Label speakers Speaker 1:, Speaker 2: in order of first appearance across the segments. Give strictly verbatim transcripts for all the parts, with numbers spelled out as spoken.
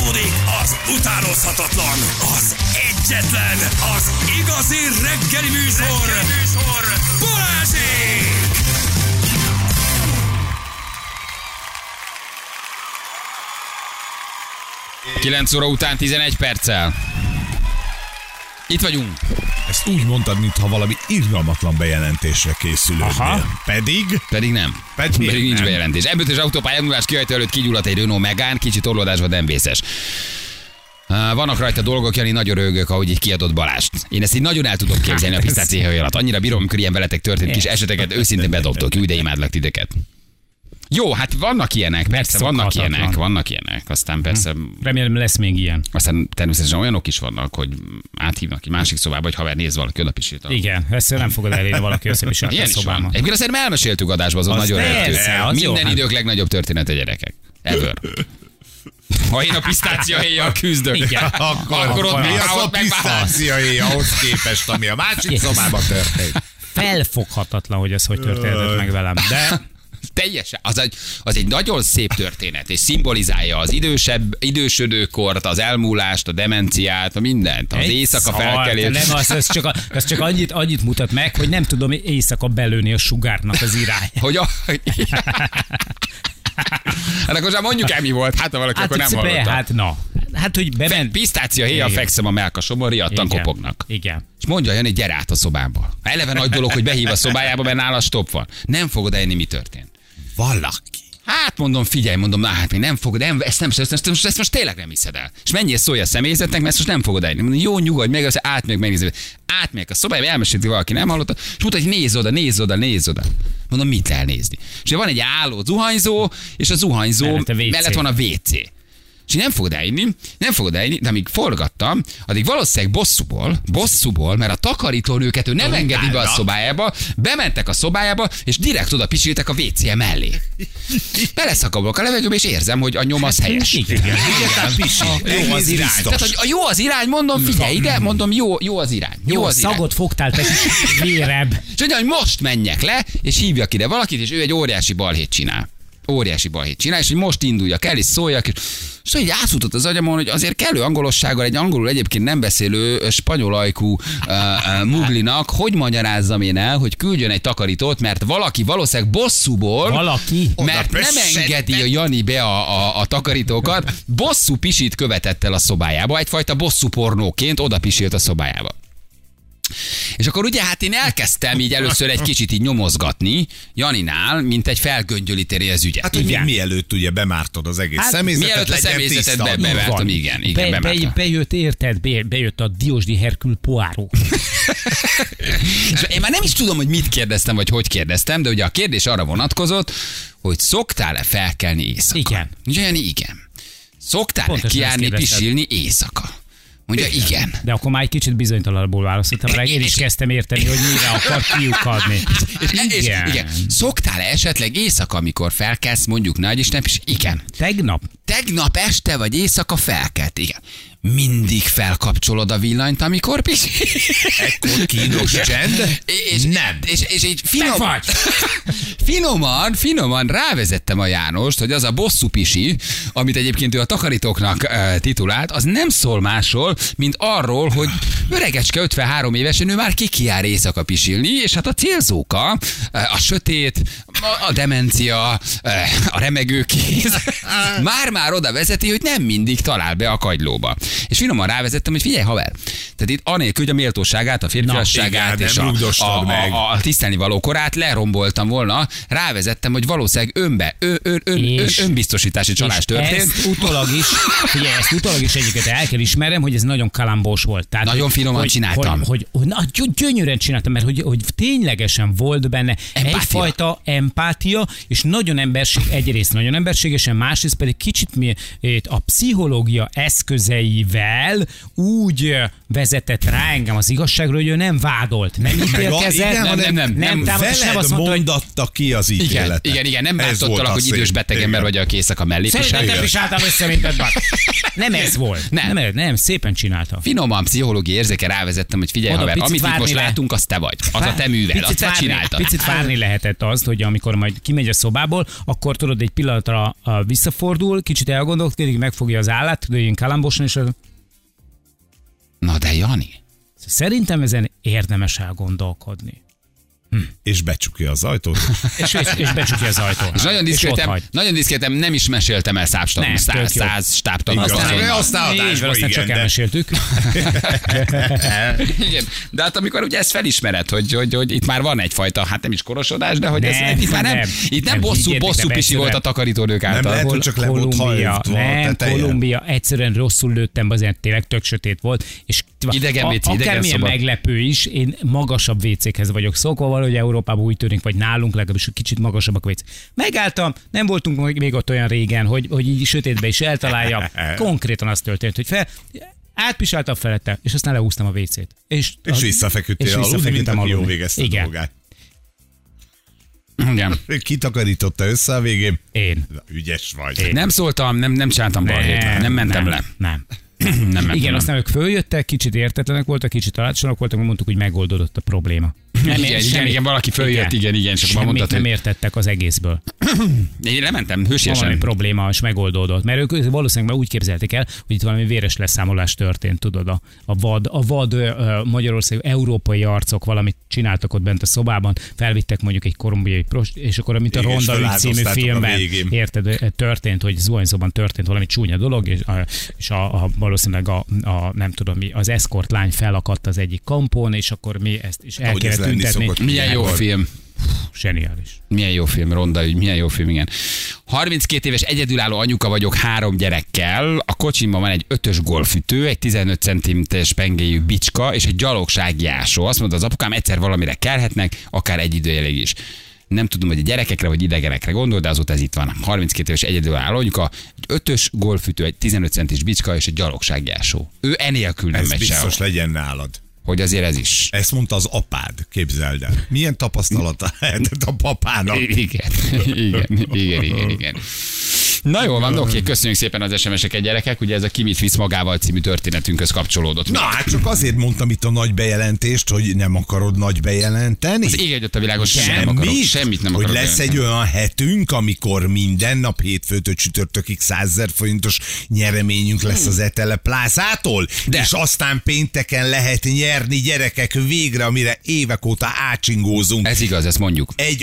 Speaker 1: Folytatódik az utánozhatatlan, az egyetlen, az igazi reggeli műsor, reggeli műsor. Balázsék!
Speaker 2: kilenc óra után tizenegy perccel. Itt vagyunk.
Speaker 3: Ezt úgy mondtad, mintha valami irgalmatlan bejelentésre készülődnél. Pedig?
Speaker 2: Pedig nem.
Speaker 3: Pedig,
Speaker 2: Pedig nincs
Speaker 3: nem.
Speaker 2: bejelentés. Ebből az autópályán múlás kihajtó előtt kigyulladt egy Renault Megane, kicsit torlódásban nem vészes. Vannak rajta dolgok, Jani, nagyon röhögök, ahogy így kiadott Balást. Én ezt így nagyon el tudom képzelni a pisztáciahéj alatt. Annyira bírom, amikor ilyen veletek történt kis eseteket, őszintén bedobtok. Úgy, de imádlak titeket. Jó, hát vannak ilyenek, persze, vannak ilyenek, vannak ilyenek. Aztán persze...
Speaker 4: Remélem lesz még ilyen.
Speaker 2: Aztán természetesen olyanok is vannak, hogy áthívnak ki másik szobába, hogy haver, nézd, valaki oda pisírt.
Speaker 4: Igen, ezt nem fogod elérni, valaki összepisírt a szobába.
Speaker 2: Egyébként azért elmeséltük adásba, azon
Speaker 4: Az
Speaker 2: nagyon
Speaker 4: persze,
Speaker 2: rögtön.
Speaker 4: az
Speaker 2: Minden
Speaker 4: jó,
Speaker 2: idők hát. legnagyobb története, gyerekek. Ever. Ha én a pisztáciahéjjal küzdök,
Speaker 4: Igen.
Speaker 3: Akkor,
Speaker 2: akkor ott
Speaker 3: mi
Speaker 2: már
Speaker 3: az a
Speaker 2: ott meg már-
Speaker 3: pisztáciahéj ahhoz képest, ami a másik
Speaker 4: Yes.
Speaker 3: szobában történt?
Speaker 4: Felfoghatatlan, hogy ez hogy történt meg velem, de...
Speaker 2: Teljesen. Az egy, az egy nagyon szép történet, és szimbolizálja az idősebb, idősödőkort, az elmúlást, a demenciát, a mindent, az
Speaker 4: Egy
Speaker 2: éjszaka
Speaker 4: szar,
Speaker 2: felkelés.
Speaker 4: Nem, az, az csak, a, az csak annyit, annyit mutat meg, hogy nem tudom éjszaka belőni a sugárnak az irány.
Speaker 2: Hogy a... Hát akkor már mondjuk el, mi volt, hát ha valaki
Speaker 4: Hát,
Speaker 2: akkor nem
Speaker 4: be,
Speaker 2: hallotta.
Speaker 4: hát na. Hát, hogy bement...
Speaker 2: Pisztáciahéjjal
Speaker 4: Igen.
Speaker 2: fekszem a melkasomon, riadtan
Speaker 4: Igen.
Speaker 2: kopognak.
Speaker 4: Igen.
Speaker 2: És mondja Jani, gyere át a szobába. Eleve nagy dolog, hogy behív a szobájába, mert nála stop van. Nem fogod elni, mi történt.
Speaker 3: Valaki.
Speaker 2: Hát mondom, figyelj, mondom, na, hát még nem fogod, nem, ezt, nem, ezt, ezt, ezt, ezt most tényleg nem hiszed el. És menjél, szólj a személyzetnek, mert ezt most nem fogod elni. Mondom, jó, nyugodj meg, átmegyek, megnézem. Átmegyek a szobába, elmesélte, valaki nem hallotta, és mondta, hogy nézz oda, nézz oda, nézz oda. Mondom, mit kell nézni? És van egy álló zuhanyzó, és a zuhanyzó
Speaker 4: Mellett a vé cé.
Speaker 2: mellett van a vé cé. És nem fogod eljönni, nem fogod eljönni, de amíg forgattam, addig valószínűleg bosszúból, bosszúból, mert a takarítónőket ő nem engedi be a szobájába, bementek a szobájába, és direkt oda pisiltek a vé cé mellé. Beleszakadok a levegőbe, és érzem, hogy a nyom az helyes.
Speaker 4: Igen, igen, igen.
Speaker 3: Jó az irány.
Speaker 2: Tehát, hogy a jó az irány, mondom, figyelj ide, mondom, jó, jó az irány. Jó,
Speaker 4: Jó,
Speaker 2: az irány.
Speaker 4: szagot fogtál, te kis vérebb.
Speaker 2: És mondja, hogy most menjek le, és hívjak ide valakit, és ő egy óriási balhét csinál. Óriási balhét csinál, és hogy most induljak el, és szóljak, és és így átfutott az agyamon, hogy azért kellő angolossággal egy angolul egyébként nem beszélő spanyol ajkú uh, uh, muglinak, hogy magyarázzam én el, hogy küldjön egy takarítót, mert valaki valószínűleg bosszúból,
Speaker 4: Valaki?
Speaker 2: mert nem engedi a Jani be a, a, a takarítókat, bosszú pisit követett el a szobájába, egyfajta bosszú pornóként oda pisilt a szobájába. És akkor ugye hát én elkezdtem így először egy kicsit így nyomozgatni Janinál, mint egy felgöngyölíteni az ügyet.
Speaker 3: Hát, hogy még mielőtt ugye bemártod az egész
Speaker 4: Hát,
Speaker 3: személyzetet,
Speaker 2: mielőtt a
Speaker 3: legyen
Speaker 2: személyzetet
Speaker 3: tiszta.
Speaker 2: be- bevártam,
Speaker 4: Van.
Speaker 2: igen, igen,
Speaker 4: be,
Speaker 2: bemártam.
Speaker 4: be, bejött, érted, be, bejött a Diósdi Hercule Poirot.
Speaker 2: És én már nem is tudom, hogy mit kérdeztem, vagy hogy kérdeztem, de ugye a kérdés arra vonatkozott, hogy szoktál-e felkelni éjszaka?
Speaker 4: Igen.
Speaker 2: Ugye, Jani, igen. Szoktál-e
Speaker 4: Pontosan
Speaker 2: kijárni,
Speaker 4: ezt kérdezted.
Speaker 2: pisilni éjszaka? Mondja, igen.
Speaker 4: De akkor már egy kicsit bizonytalanabbul válaszoltam, mert én is kezdtem érteni, hogy mire akar kiukadni.
Speaker 2: És, és,
Speaker 4: Igen.
Speaker 2: igen. Szoktál-e esetleg éjszaka, amikor felkelsz, mondjuk nagy Isten, és igen.
Speaker 4: Tegnap?
Speaker 2: Tegnap este vagy éjszaka felkelt, igen. Mindig felkapcsolod a villanyt, amikor pisil.
Speaker 3: Ekkor kínos csend?
Speaker 2: És,
Speaker 3: Nem.
Speaker 2: És, és így finom,
Speaker 4: Meg vagy!
Speaker 2: finoman, finoman rávezettem a Jánost, hogy az a bosszú pisi, amit egyébként ő a takarítóknak uh, titulált, az nem szól másról, mint arról, hogy öregecske ötvenhárom évesen ő már kikiár éjszaka pisilni, és hát a célzóka, uh, a sötét, a, a demencia, uh, a remegő kéz már-már oda vezeti, hogy nem mindig talál be a kagylóba. És finoman rávezettem, hogy figyelj, haver, tehát itt anélkül, hogy a méltóságát, a férfiasságát
Speaker 3: igen,
Speaker 2: és
Speaker 3: nem
Speaker 2: a,
Speaker 3: rugdostad
Speaker 2: a,
Speaker 3: meg.
Speaker 2: a, a tisztelni való korát leromboltam volna, rávezettem, hogy valószínűleg önbe, ön, ön, ön, ön,
Speaker 4: És-
Speaker 2: önbiztosítási csalás
Speaker 4: És
Speaker 2: történt.
Speaker 4: ezt utólag is, figyelj, ezt utólag is egyiket el kell ismernem, hogy ez nagyon kalambós volt. Tehát,
Speaker 2: Nagyon
Speaker 4: hogy-
Speaker 2: finoman
Speaker 4: hogy,
Speaker 2: csináltam.
Speaker 4: Hogy, hogy, hogy na, gy- gyönyörűen csináltam, mert hogy, hogy ténylegesen volt benne
Speaker 2: Empátia.
Speaker 4: egyfajta empátia, és nagyon emberség, egyrészt nagyon emberségesen, másrészt pedig kicsit mi a pszichológia eszközeivel úgy ö, vezetett rá engem az igazságról, hogy ő nem vádolt, nem ítélkezett,
Speaker 3: igen,
Speaker 4: nem,
Speaker 3: hanem
Speaker 4: nem, nem, nem támadt, és nem
Speaker 3: veled
Speaker 4: azt mondta, hogy
Speaker 3: mondatta ki az
Speaker 2: Igen,
Speaker 3: ítéletet.
Speaker 2: igen, igen, nem
Speaker 3: Ez
Speaker 2: bántottalak,
Speaker 3: volt
Speaker 2: hogy
Speaker 3: az
Speaker 2: idős
Speaker 3: szép.
Speaker 2: beteg
Speaker 3: Igen.
Speaker 2: ember vagy, aki éjszaka mellé
Speaker 4: szerintem
Speaker 2: pisel.
Speaker 4: nem is álltam össze, mint bedban. Nem ez volt.
Speaker 2: Nem.
Speaker 4: Nem, nem, szépen csinálta.
Speaker 2: Finoman pszichológiai érzéke rávezettem, hogy figyelj,
Speaker 4: Oda
Speaker 2: haver,
Speaker 4: picit
Speaker 2: amit itt
Speaker 4: várni
Speaker 2: most
Speaker 4: le.
Speaker 2: látunk, azt te vagy. Az a te művel, azt
Speaker 4: Picit
Speaker 2: te
Speaker 4: várni,
Speaker 2: csináltad.
Speaker 4: picit várni lehetett azt, hogy amikor amikor majd kimegy a szobából, akkor tudod, egy pillanatra a, visszafordul, kicsit elgondolkodik, megfogja az állát, tudod, ilyen kalambosan, és a...
Speaker 2: Na de Jani.
Speaker 4: Szerintem ezen érdemes elgondolkodni.
Speaker 3: Hm. És becsukja az ajtót.
Speaker 4: És, és, és becsukja az ajtót.
Speaker 2: És nagyon diszkrétem, nagyon diszkrétem, nem is meséltem el
Speaker 4: Nem,
Speaker 2: száz,
Speaker 4: tök jó.
Speaker 2: száz stábtalan.
Speaker 3: Igaz.
Speaker 2: Aztán-
Speaker 3: Aztán- aztán
Speaker 4: Így
Speaker 3: adásban
Speaker 4: van, aztán
Speaker 3: igen,
Speaker 4: csak
Speaker 3: de-
Speaker 4: elmeséltük.
Speaker 2: Igen, de hát amikor ugye ezt felismered, hogy, hogy, hogy itt már van egyfajta, hát nem is korosodás, de hogy
Speaker 4: Nem,
Speaker 2: ez, itt már nem,
Speaker 4: nem.
Speaker 2: itt nem,
Speaker 4: Nem,
Speaker 2: bosszú,
Speaker 4: higgyétek,
Speaker 2: bosszú
Speaker 4: nem,
Speaker 2: pisi volt a
Speaker 4: egyszerűen.
Speaker 2: takarítónők
Speaker 3: Nem
Speaker 2: által.
Speaker 3: lehet, hogy csak le volt
Speaker 4: Kolumbia,
Speaker 3: hajtva a
Speaker 4: nem,
Speaker 3: teteje.
Speaker 4: Kolumbia, egyszerűen rosszul lőttem be, azért tényleg tök sötét volt, és
Speaker 2: Idegen
Speaker 4: a-
Speaker 2: vécé, idegen
Speaker 4: akármilyen
Speaker 2: szoba.
Speaker 4: meglepő is, én magasabb vécékhez vagyok szokva, valahogy Európában úgy tűnik, vagy nálunk legalábbis kicsit magasabbak a vécék. Megálltam, nem voltunk még még ott olyan régen, hogy, hogy így sötétbe is eltalálja. Konkrétan az történt, hogy fel, átpisáltam felette, és aztán leúztam a vécét. És,
Speaker 3: És visszafeküdtél aludni, mint aki jól végezte a
Speaker 4: Igen,
Speaker 3: dolgát.
Speaker 2: Igen.
Speaker 3: Kitakarította össze a végén.
Speaker 4: én.
Speaker 3: Na, ügyes vagy.
Speaker 4: Én.
Speaker 2: Nem szóltam, nem, nem csináltam balhét, nem, nem mentem
Speaker 4: nem,
Speaker 2: le.
Speaker 4: Nem.
Speaker 2: Nem mentem
Speaker 4: Igen,
Speaker 2: le.
Speaker 4: aztán ők följöttek, kicsit értetlenek voltak, kicsit tanácsosak voltak, mert mondtuk, hogy megoldódott a probléma.
Speaker 2: Igen, igen, igen, valaki följött, igen, igen, csak már
Speaker 4: Semmit
Speaker 2: mondtad,
Speaker 4: nem
Speaker 2: hogy-
Speaker 4: értettek az egészből.
Speaker 2: Én lementem
Speaker 4: Valami
Speaker 2: hősiesen.
Speaker 4: probléma, és megoldódott. Mert ők valószínűleg már úgy képzelték el, hogy itt valami véres leszámolás történt, tudod, a, a vad, a vad ö, Magyarország európai arcok valamit csináltak ott bent a szobában, felvittek mondjuk egy kolumbiai prost, és akkor, mint a
Speaker 3: Igen, és
Speaker 4: Ronda ügy című
Speaker 3: feláldoztátok a
Speaker 4: filmben,
Speaker 3: végén.
Speaker 4: érted, történt, hogy zuhanyzóban történt valami csúnya dolog, és, a, és a, a, valószínűleg a, a, nem tudom mi, az eszkort lány felakadt az egyik kampón, és akkor mi ezt is el
Speaker 3: Ahogy ez
Speaker 4: kellett
Speaker 3: lenni
Speaker 4: tüntetni.
Speaker 3: szokott.
Speaker 2: Milyen jó
Speaker 3: Ilyenkor.
Speaker 2: film.
Speaker 4: Zseniális.
Speaker 2: Milyen jó film, Ronda ügy, milyen jó film, igen. harminckét éves egyedülálló anyuka vagyok három gyerekkel, a kocsimban van egy ötös golfütő, egy tizenöt centiméteres pengéjű bicska és egy gyalogságjásó. Azt mondta az apukám, egyszer valamire kelhetnek, akár egy időjelig is. Nem tudom, hogy a gyerekekre vagy idegenekre gondol, de azóta ez itt van. harminckét éves egyedülálló anyuka, egy ötös golfütő, egy tizenöt centis bicska és egy gyalogságjásó. Ő enélkül nem
Speaker 3: Ez
Speaker 2: megy
Speaker 3: biztos
Speaker 2: sehol.
Speaker 3: legyen nálad.
Speaker 2: Hogy azért ez is.
Speaker 3: Ezt mondta az apád, képzeld el. Milyen tapasztalata lehetett a papának?
Speaker 2: Igen, igen, igen, igen, igen. Na jól van, oké, köszönjük szépen az es em es-eket, gyerekek. Ugye ez a Ki mit visz magával című történetünkhöz kapcsolódott.
Speaker 3: Na, hát csak azért mondtam itt a nagy bejelentést, hogy nem akarod nagy bejelenteni.
Speaker 2: Az ég egyött a világon, sem nem akarok, semmit nem
Speaker 3: hogy
Speaker 2: akarok.
Speaker 3: lesz egy
Speaker 2: bejelenteni.
Speaker 3: olyan hetünk, amikor minden nap hétfőtől csütörtökig százezer forintos nyereményünk lesz az Etele Plázától,
Speaker 2: De.
Speaker 3: és aztán pénteken lehet nyerni, gyerekek, végre, amire évek óta ácsingózunk.
Speaker 2: Ez igaz, ezt mondjuk.
Speaker 3: Egy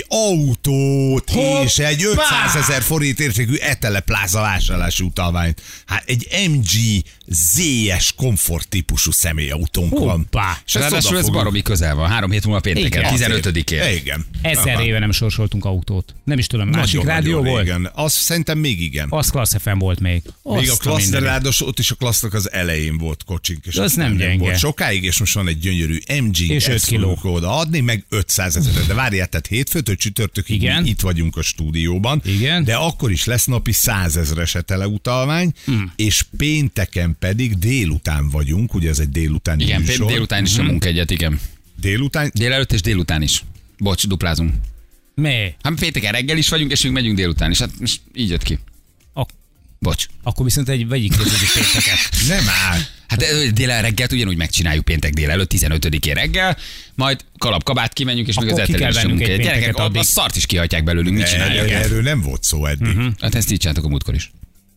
Speaker 3: autót
Speaker 4: Hoppá!
Speaker 3: és egy ötszázezer forint értékű Etele Pláza vásárlási utalványt. Hát egy em gé zé es komfort típusú személyautónk van.
Speaker 4: Hoppá!
Speaker 3: És ezt
Speaker 2: Ráadásul ez
Speaker 3: oda
Speaker 2: baromi közel van, három hét múlva pénteken,
Speaker 4: Igen.
Speaker 2: tizenötödikén.
Speaker 3: Igen.
Speaker 4: Ezer
Speaker 3: Aha.
Speaker 4: éve nem sorsoltunk autót. Nem is tudom, másik
Speaker 3: Nagyon,
Speaker 4: rádió
Speaker 3: nagyon
Speaker 4: volt?
Speaker 3: régen. Azt szerintem még igen.
Speaker 4: Az Klassz ef em volt még.
Speaker 3: Még a
Speaker 4: Azt
Speaker 3: Klassz, de
Speaker 4: mindenit.
Speaker 3: ráadásul ott is a Klassznak az elején volt kocsink. És
Speaker 4: De az
Speaker 3: aztán
Speaker 4: nem gyenge.
Speaker 3: volt sokáig, és most van egy gyönyörű em gé,
Speaker 4: És öt
Speaker 3: ezt
Speaker 4: kiló.
Speaker 3: fogjuk oda adni, meg ötszázezer. De várjál, tehát hétfőtől csütörtökig
Speaker 4: Igen.
Speaker 3: mi itt vagyunk a stúdióban.
Speaker 4: Igen.
Speaker 3: De akkor is lesz napi százezres utalvány,
Speaker 4: Hmm.
Speaker 3: és pénteken pedig délután vagyunk, ugye ez egy délutáni
Speaker 2: Igen,
Speaker 3: műsor.
Speaker 2: pént délután is nyomunk egyet, igen.
Speaker 3: Délután?
Speaker 2: Délelőtt és délután is. Bocs, duplázunk.
Speaker 4: Mi?
Speaker 2: Hát pénteken reggel is vagyunk, és még megyünk délután is. Hát most így jött ki.
Speaker 4: Ak-
Speaker 2: Bocs.
Speaker 4: akkor viszont egy vegyik közöttük pénteket.
Speaker 3: Nem áll.
Speaker 2: Hát ö, délel reggelt ugyanúgy megcsináljuk péntek délelőtt, tizenötödikén reggel, majd kalap, kabát kimenjünk, és még az
Speaker 4: Akkor ki kell
Speaker 2: elterelésre
Speaker 4: vennünk
Speaker 2: munkáját.
Speaker 4: egy
Speaker 2: Gyerekek,
Speaker 4: pénteket
Speaker 2: a, a
Speaker 4: addig.
Speaker 2: szart is kihajtják belőlünk, mit csinálják?
Speaker 3: Erről, erről nem volt szó eddig.
Speaker 4: Mhm.
Speaker 2: Hát ezt így csináltak a múltkor is.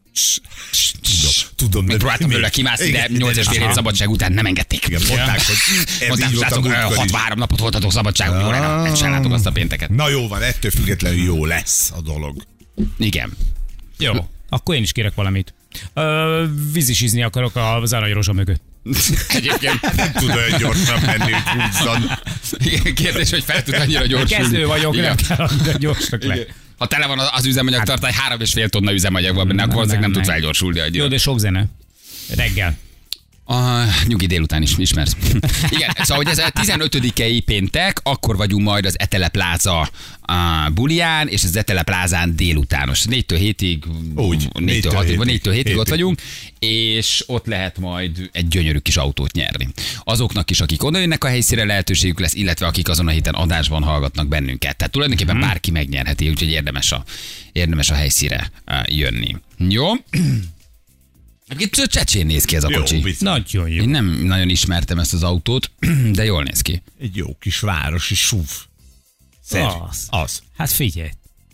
Speaker 3: Tudom, tudom.
Speaker 2: Még
Speaker 3: de-
Speaker 2: próbáltam belőle kimászni, de
Speaker 3: Igen,
Speaker 2: nyolc és fél hét
Speaker 3: aha.
Speaker 2: szabadság után nem engedték.
Speaker 3: Igen, mondták, hogy ez
Speaker 2: Mondták,
Speaker 3: így volt a
Speaker 2: srácok,
Speaker 3: múltkor is.
Speaker 2: hatvanhárom napot voltatok szabadságon, jó reggelt, ezt sem látok azt a pénteket.
Speaker 3: Na jó van, ettől függetlenül jó lesz a dolog.
Speaker 2: Igen.
Speaker 4: Jó. Akkor én is kérek valamit. Ö, vízisizni akarok az Arany Rózsa mögött.
Speaker 2: Egyébként
Speaker 3: Nem tud olyan gyorsan menni, hogy húzzon.
Speaker 2: igen, kérdés, hogy fel tud annyira gyorsulni.
Speaker 4: Kezdő vagyok,
Speaker 2: Igen.
Speaker 4: nem kell annyira gyorsnak le.
Speaker 2: Igen. Ha tele van az üzemanyag tartály, három és fél tonna üzemanyag van benne, akkor valószínűleg nem
Speaker 4: nem,
Speaker 2: tud
Speaker 4: nem.
Speaker 2: felgyorsulni
Speaker 4: Jó,
Speaker 2: annyira.
Speaker 4: de sok zene. Reggel.
Speaker 2: A nyugi délután is ismersz. Igen, szóval, hogy ez a tizenötödikei péntek, akkor vagyunk majd az Etele Pláza a bulián, és az Etele Plázán délutános. négytől hétig,
Speaker 3: Úgy,
Speaker 2: négytől hatig,
Speaker 3: hétig.
Speaker 2: négytől hétig ott
Speaker 3: Hétig.
Speaker 2: vagyunk, és ott lehet majd egy gyönyörű kis autót nyerni. Azoknak is, akik oda jönnek, a helyszínre lehetőségük lesz, illetve akik azon a héten adásban hallgatnak bennünket. Tehát tulajdonképpen
Speaker 3: Mhm.
Speaker 2: bárki megnyerheti, úgyhogy érdemes a, érdemes a helyszínre á, jönni. Jó? Egyébként csecsén néz ki ez a
Speaker 3: Jó,
Speaker 2: kocsi.
Speaker 3: biztos.
Speaker 4: Nagyon jó.
Speaker 2: Én nem nagyon ismertem ezt az autót, de jól néz ki.
Speaker 3: Egy jó kis városi suv. Szerint.
Speaker 4: Az.
Speaker 3: Az.
Speaker 4: Hát figyelj.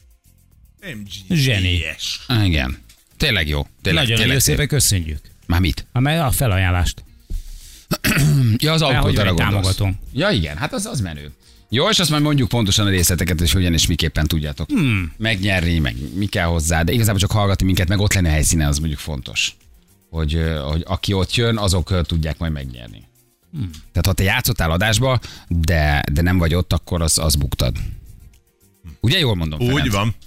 Speaker 3: em gé
Speaker 4: Zseni.
Speaker 3: es.
Speaker 2: Igen. Tényleg jó. Tényleg,
Speaker 4: Nagyon,
Speaker 2: tényleg
Speaker 4: nagyon
Speaker 2: szép.
Speaker 4: szépen köszönjük.
Speaker 2: Már mit?
Speaker 4: Amely a felajánlást.
Speaker 2: Ja, az
Speaker 4: Hogy
Speaker 2: autót arra
Speaker 4: vagy
Speaker 2: gondolsz.
Speaker 4: támogatom.
Speaker 2: Ja, igen, hát az, az menő. Jó, és azt már mondjuk pontosan a részleteket, és hogyan és miképpen tudjátok hmm. megnyerni, meg mi kell hozzá, de igazából csak hallgatni minket, meg ott lenni a helyszínen, az mondjuk fontos. Hogy, ö, hogy aki ott jön, azok ö, tudják majd megnyerni. Hmm. Tehát ha te játszottál adásba, de, de nem vagy ott, akkor az, az buktad. Ugye jól mondom,
Speaker 3: Úgy
Speaker 2: Ferenc?
Speaker 3: van.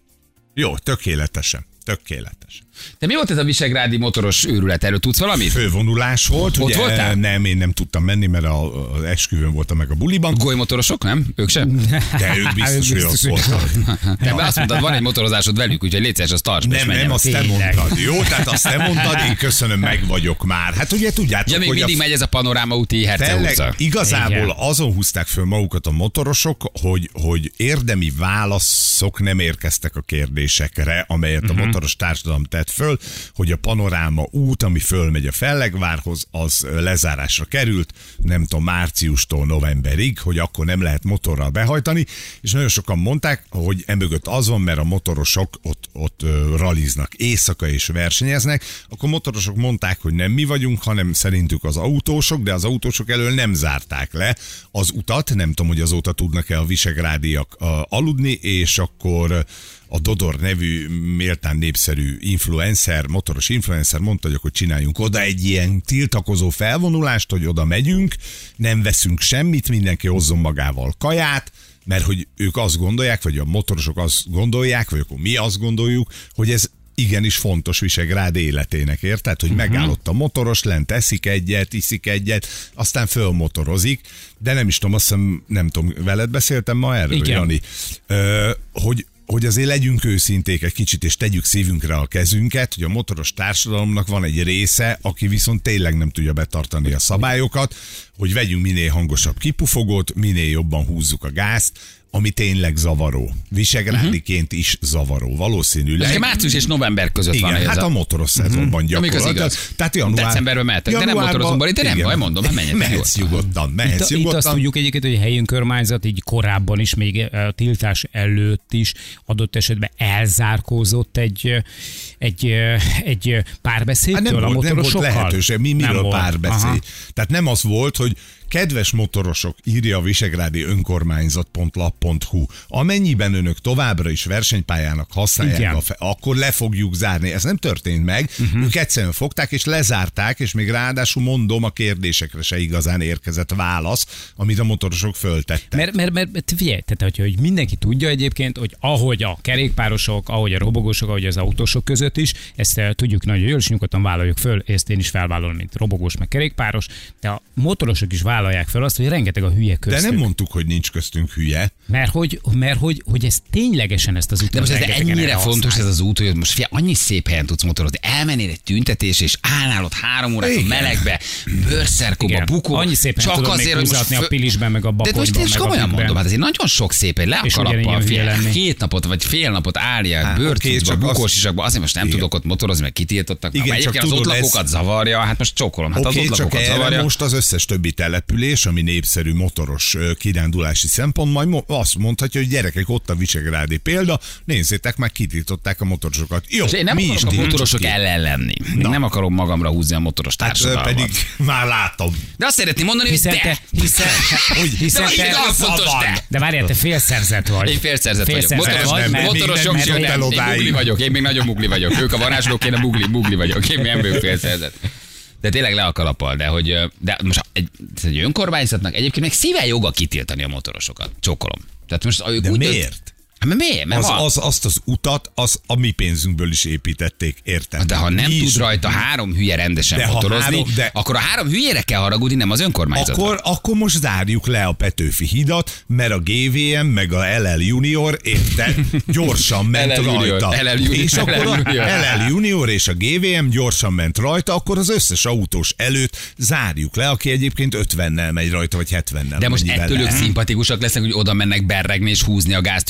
Speaker 3: Jó, tökéletesen. Tökéletes.
Speaker 2: De mi volt ez a visegrádi motoros őrület? Erről tudsz valamit?
Speaker 3: Fővonulás volt.
Speaker 2: Ott
Speaker 3: ugye,
Speaker 2: voltál?
Speaker 3: Nem, én nem tudtam menni, mert a- az esküvőn voltam meg a buliban.
Speaker 2: Golymotorosok, nem? Ők sem?
Speaker 3: De ők biztos, hogy ott voltak.
Speaker 2: Te be azt mondtad, van egy motorozásod velük, úgyhogy légy szíves, azt tartsd be, és
Speaker 3: Nem,
Speaker 2: menjen.
Speaker 3: nem, azt te
Speaker 4: Tényleg.
Speaker 3: mondtad. Jó, tehát azt te mondtad, én köszönöm, meg vagyok már. Hát ugye tudjátok,
Speaker 2: Ja, még
Speaker 3: hogy
Speaker 2: mindig
Speaker 3: a...
Speaker 2: megy ez a panoráma úti Herce
Speaker 3: Tényleg,
Speaker 2: utca.
Speaker 3: igazából
Speaker 4: Igen.
Speaker 3: azon húzták föl magukat a motorosok, hogy, hogy érdemi válaszok nem érkeztek a kérdésekre, amelyet
Speaker 2: Mhm.
Speaker 3: a motoros társadalom tett föl, hogy a panoráma út, ami fölmegy a Fellegvárhoz, az lezárásra került, nem tudom, márciustól novemberig, hogy akkor nem lehet motorral behajtani, és nagyon sokan mondták, hogy emögött az van, mert a motorosok ott, ott ö, raliznak éjszaka és versenyeznek, akkor motorosok mondták, hogy nem mi vagyunk, hanem szerintük az autósok, de az autósok elől nem zárták le az utat, nem tudom, hogy azóta tudnak-e a visegrádiak a, aludni, és akkor a Dodor nevű méltán népszerű influencer, motoros influencer mondta, hogy akkor csináljunk oda egy ilyen tiltakozó felvonulást, hogy oda megyünk, nem veszünk semmit, mindenki hozzon magával kaját, mert hogy ők azt gondolják, vagy a motorosok azt gondolják, vagy akkor mi azt gondoljuk, hogy ez igenis fontos Visegrád életének, érted? Hogy uh-huh. megállott a motoros, lent eszik egyet, iszik egyet, aztán fölmotorozik, de nem is tudom, azt hiszem, nem tudom, veled beszéltem ma erről,
Speaker 4: Igen.
Speaker 3: Jani, Ö, hogy hogy azért legyünk őszinték egy kicsit, és tegyük szívünkre a kezünket, hogy a motoros társadalomnak van egy része, aki viszont tényleg nem tudja betartani a szabályokat, hogy vegyünk minél hangosabb kipufogót, minél jobban húzzuk a gázt, ami tényleg zavaró. Visegrádiként is zavaró, valószínűleg.
Speaker 2: Ez március és november között
Speaker 3: Igen,
Speaker 2: van ez
Speaker 3: hát
Speaker 2: a...
Speaker 3: a motoros szezonban
Speaker 2: Amíg az
Speaker 3: gyakorlatilag.
Speaker 2: igaz.
Speaker 3: Tehát január,
Speaker 2: Decemberben mehettek, de nem
Speaker 3: januárban-
Speaker 2: motorozunk, Bari, de nem
Speaker 3: igen.
Speaker 2: baj, mondom, hát menjetek
Speaker 3: Mehetsz
Speaker 2: nyugodtan.
Speaker 3: nyugodtan, mehetsz
Speaker 4: Itt, itt
Speaker 3: nyugodtan.
Speaker 4: azt tudjuk egyébként, hogy a helyi önkormányzat így korábban is, még a tiltás előtt is adott esetben elzárkózott egy, egy, egy párbeszédtől
Speaker 3: Hát nem
Speaker 4: a
Speaker 3: volt, nem volt
Speaker 4: motorosokkal.
Speaker 3: lehetőség. Mi, miről
Speaker 4: volt.
Speaker 3: párbeszéd?
Speaker 4: Aha.
Speaker 3: Tehát nem az volt, hogy kedves motorosok, írja a visegrádi önkormányzat pont lap pont hu. Amennyiben önök továbbra is versenypályának használják,
Speaker 4: Igen.
Speaker 3: a fe- akkor le fogjuk zárni. Ez nem történt meg. Uh-huh. Ők egyszerűen fogták és lezárták, és még ráadásul mondom, a kérdésekre se igazán érkezett válasz, amit a motorosok föltettek.
Speaker 4: Mert, mert, mert, mert figyelj, tehát, hogy, hogy mindenki tudja egyébként, hogy ahogy a kerékpárosok, ahogy a robogósok, ahogy az autósok között is, ezt eh, tudjuk nagyon jól, és nyugodtan vállaljuk föl, ezt én is felvállalom, mint robogós, meg kerékpáros, de a motorosok is vállalják fel azt, hogy rengeteg a hülye köztük.
Speaker 3: De nem mondtuk, hogy nincs köztünk hülye.
Speaker 4: Mert hogy, mert hogy, hogy ez ténylegesen ezt az utat
Speaker 2: De most ez
Speaker 4: rengetegen
Speaker 2: ennyire
Speaker 4: erre
Speaker 2: fontos ez
Speaker 4: használják.
Speaker 2: az út, hogy most fia, annyi szép helyen tudsz motorozni. Elmennél egy tüntetés, és állnál ott három órát a
Speaker 3: Igen.
Speaker 2: melegbe, bőrszerkóba,
Speaker 4: Igen.
Speaker 2: bukó.
Speaker 4: Annyi szépen
Speaker 2: csak
Speaker 4: tudod
Speaker 2: azért,
Speaker 4: még
Speaker 2: hogy most
Speaker 4: húzatni a
Speaker 2: föl-
Speaker 4: Pilisben, meg a
Speaker 2: De
Speaker 4: Bakonyban,
Speaker 2: most én is
Speaker 4: meg a
Speaker 2: komolyan
Speaker 4: Bükkben.
Speaker 2: mondom, hát azért nagyon sok szép, hogy le a
Speaker 4: És
Speaker 2: kalappal,
Speaker 4: ugyanilyen hülye
Speaker 2: fél,
Speaker 4: lenni.
Speaker 2: két napot vagy fél napot állják,
Speaker 3: Hát, oké,
Speaker 2: bőrcucba,
Speaker 3: csak az-
Speaker 2: bukósisakba, azért most nem
Speaker 3: Igen.
Speaker 2: tudok ott motorozni, mert kitiltottak.
Speaker 3: Igen,
Speaker 2: Igen,
Speaker 3: csak
Speaker 2: egyébként az ott
Speaker 3: tudod, ez-
Speaker 2: lakókat zavarja, hát most csókolom, hát
Speaker 3: Oké,
Speaker 2: az ott
Speaker 3: csak
Speaker 2: lakókat
Speaker 3: erre
Speaker 2: zavarja.
Speaker 3: most az összes többi település, ami népszerű motoros ö, kirándulási szempont, majd mo- azt mondhatja, hogy gyerekek, ott a visegrádi példa, nézzétek, már kitiltották a motorosokat. Jó,
Speaker 2: És én nem
Speaker 3: mi is
Speaker 2: akarok a
Speaker 3: tiltsuk
Speaker 2: motorosok
Speaker 3: ki.
Speaker 2: ellen lenni. Még nem akarom magamra húzni a motoros
Speaker 3: Hát, ö,
Speaker 2: társadalmat.
Speaker 3: pedig már látom.
Speaker 2: De azt szeretném mondani, hogy
Speaker 4: Hiszen
Speaker 2: te,
Speaker 4: te, hiszen,
Speaker 3: Hogy
Speaker 4: hiszen
Speaker 2: de
Speaker 4: te,
Speaker 2: nagyon fontos te.
Speaker 4: de várjál, te félszerzet vagy.
Speaker 2: Én félszerzet vagyok.
Speaker 4: Félszerzet
Speaker 2: Motoros,
Speaker 4: vagy,
Speaker 3: nem,
Speaker 4: mert-
Speaker 2: motorosok
Speaker 3: még nem
Speaker 2: sem,
Speaker 3: jutott el
Speaker 2: nem. Én
Speaker 3: odáig.
Speaker 2: bugli vagyok, én még nagyon bugli vagyok. Ők a varázslók, én a bugli, bugli vagyok. Én nem vagyok félszerzet. De tényleg le a kalappal, de hogy de most egy, egy önkormányzatnak egyébként meg szíve joga kitiltani a motorosokat. Csókolom. Tehát most ők
Speaker 3: De
Speaker 2: úgy
Speaker 3: miért?
Speaker 2: dönt- Hát mert miért? Mert
Speaker 3: Az,
Speaker 2: van.
Speaker 3: az, azt az utat, az a mi pénzünkből is építették, érted?
Speaker 2: De ha nem
Speaker 3: Mi
Speaker 2: tud
Speaker 3: is-
Speaker 2: rajta három hülye rendesen
Speaker 3: De ha
Speaker 2: motorozni,
Speaker 3: három- de-
Speaker 2: akkor a három hülyére kell haragudni, nem az önkormányzatra.
Speaker 3: Akkor, akkor most zárjuk le a Petőfi hidat, mert a gé vé em meg a el el Junior érte gyorsan ment
Speaker 2: el el Junior,
Speaker 3: rajta.
Speaker 2: el el Junior,
Speaker 3: és akkor
Speaker 2: el el
Speaker 3: a
Speaker 2: Junior.
Speaker 3: el el Junior és a gé vé em gyorsan ment rajta, akkor az összes autós előtt zárjuk le, aki egyébként ötvennel megy rajta, vagy hetvennel.
Speaker 2: De most
Speaker 3: mennyivel
Speaker 2: ettől ők
Speaker 3: lehet.
Speaker 2: szimpatikusak lesznek, hogy oda mennek berregni és húzni a gáztűresbe, hogy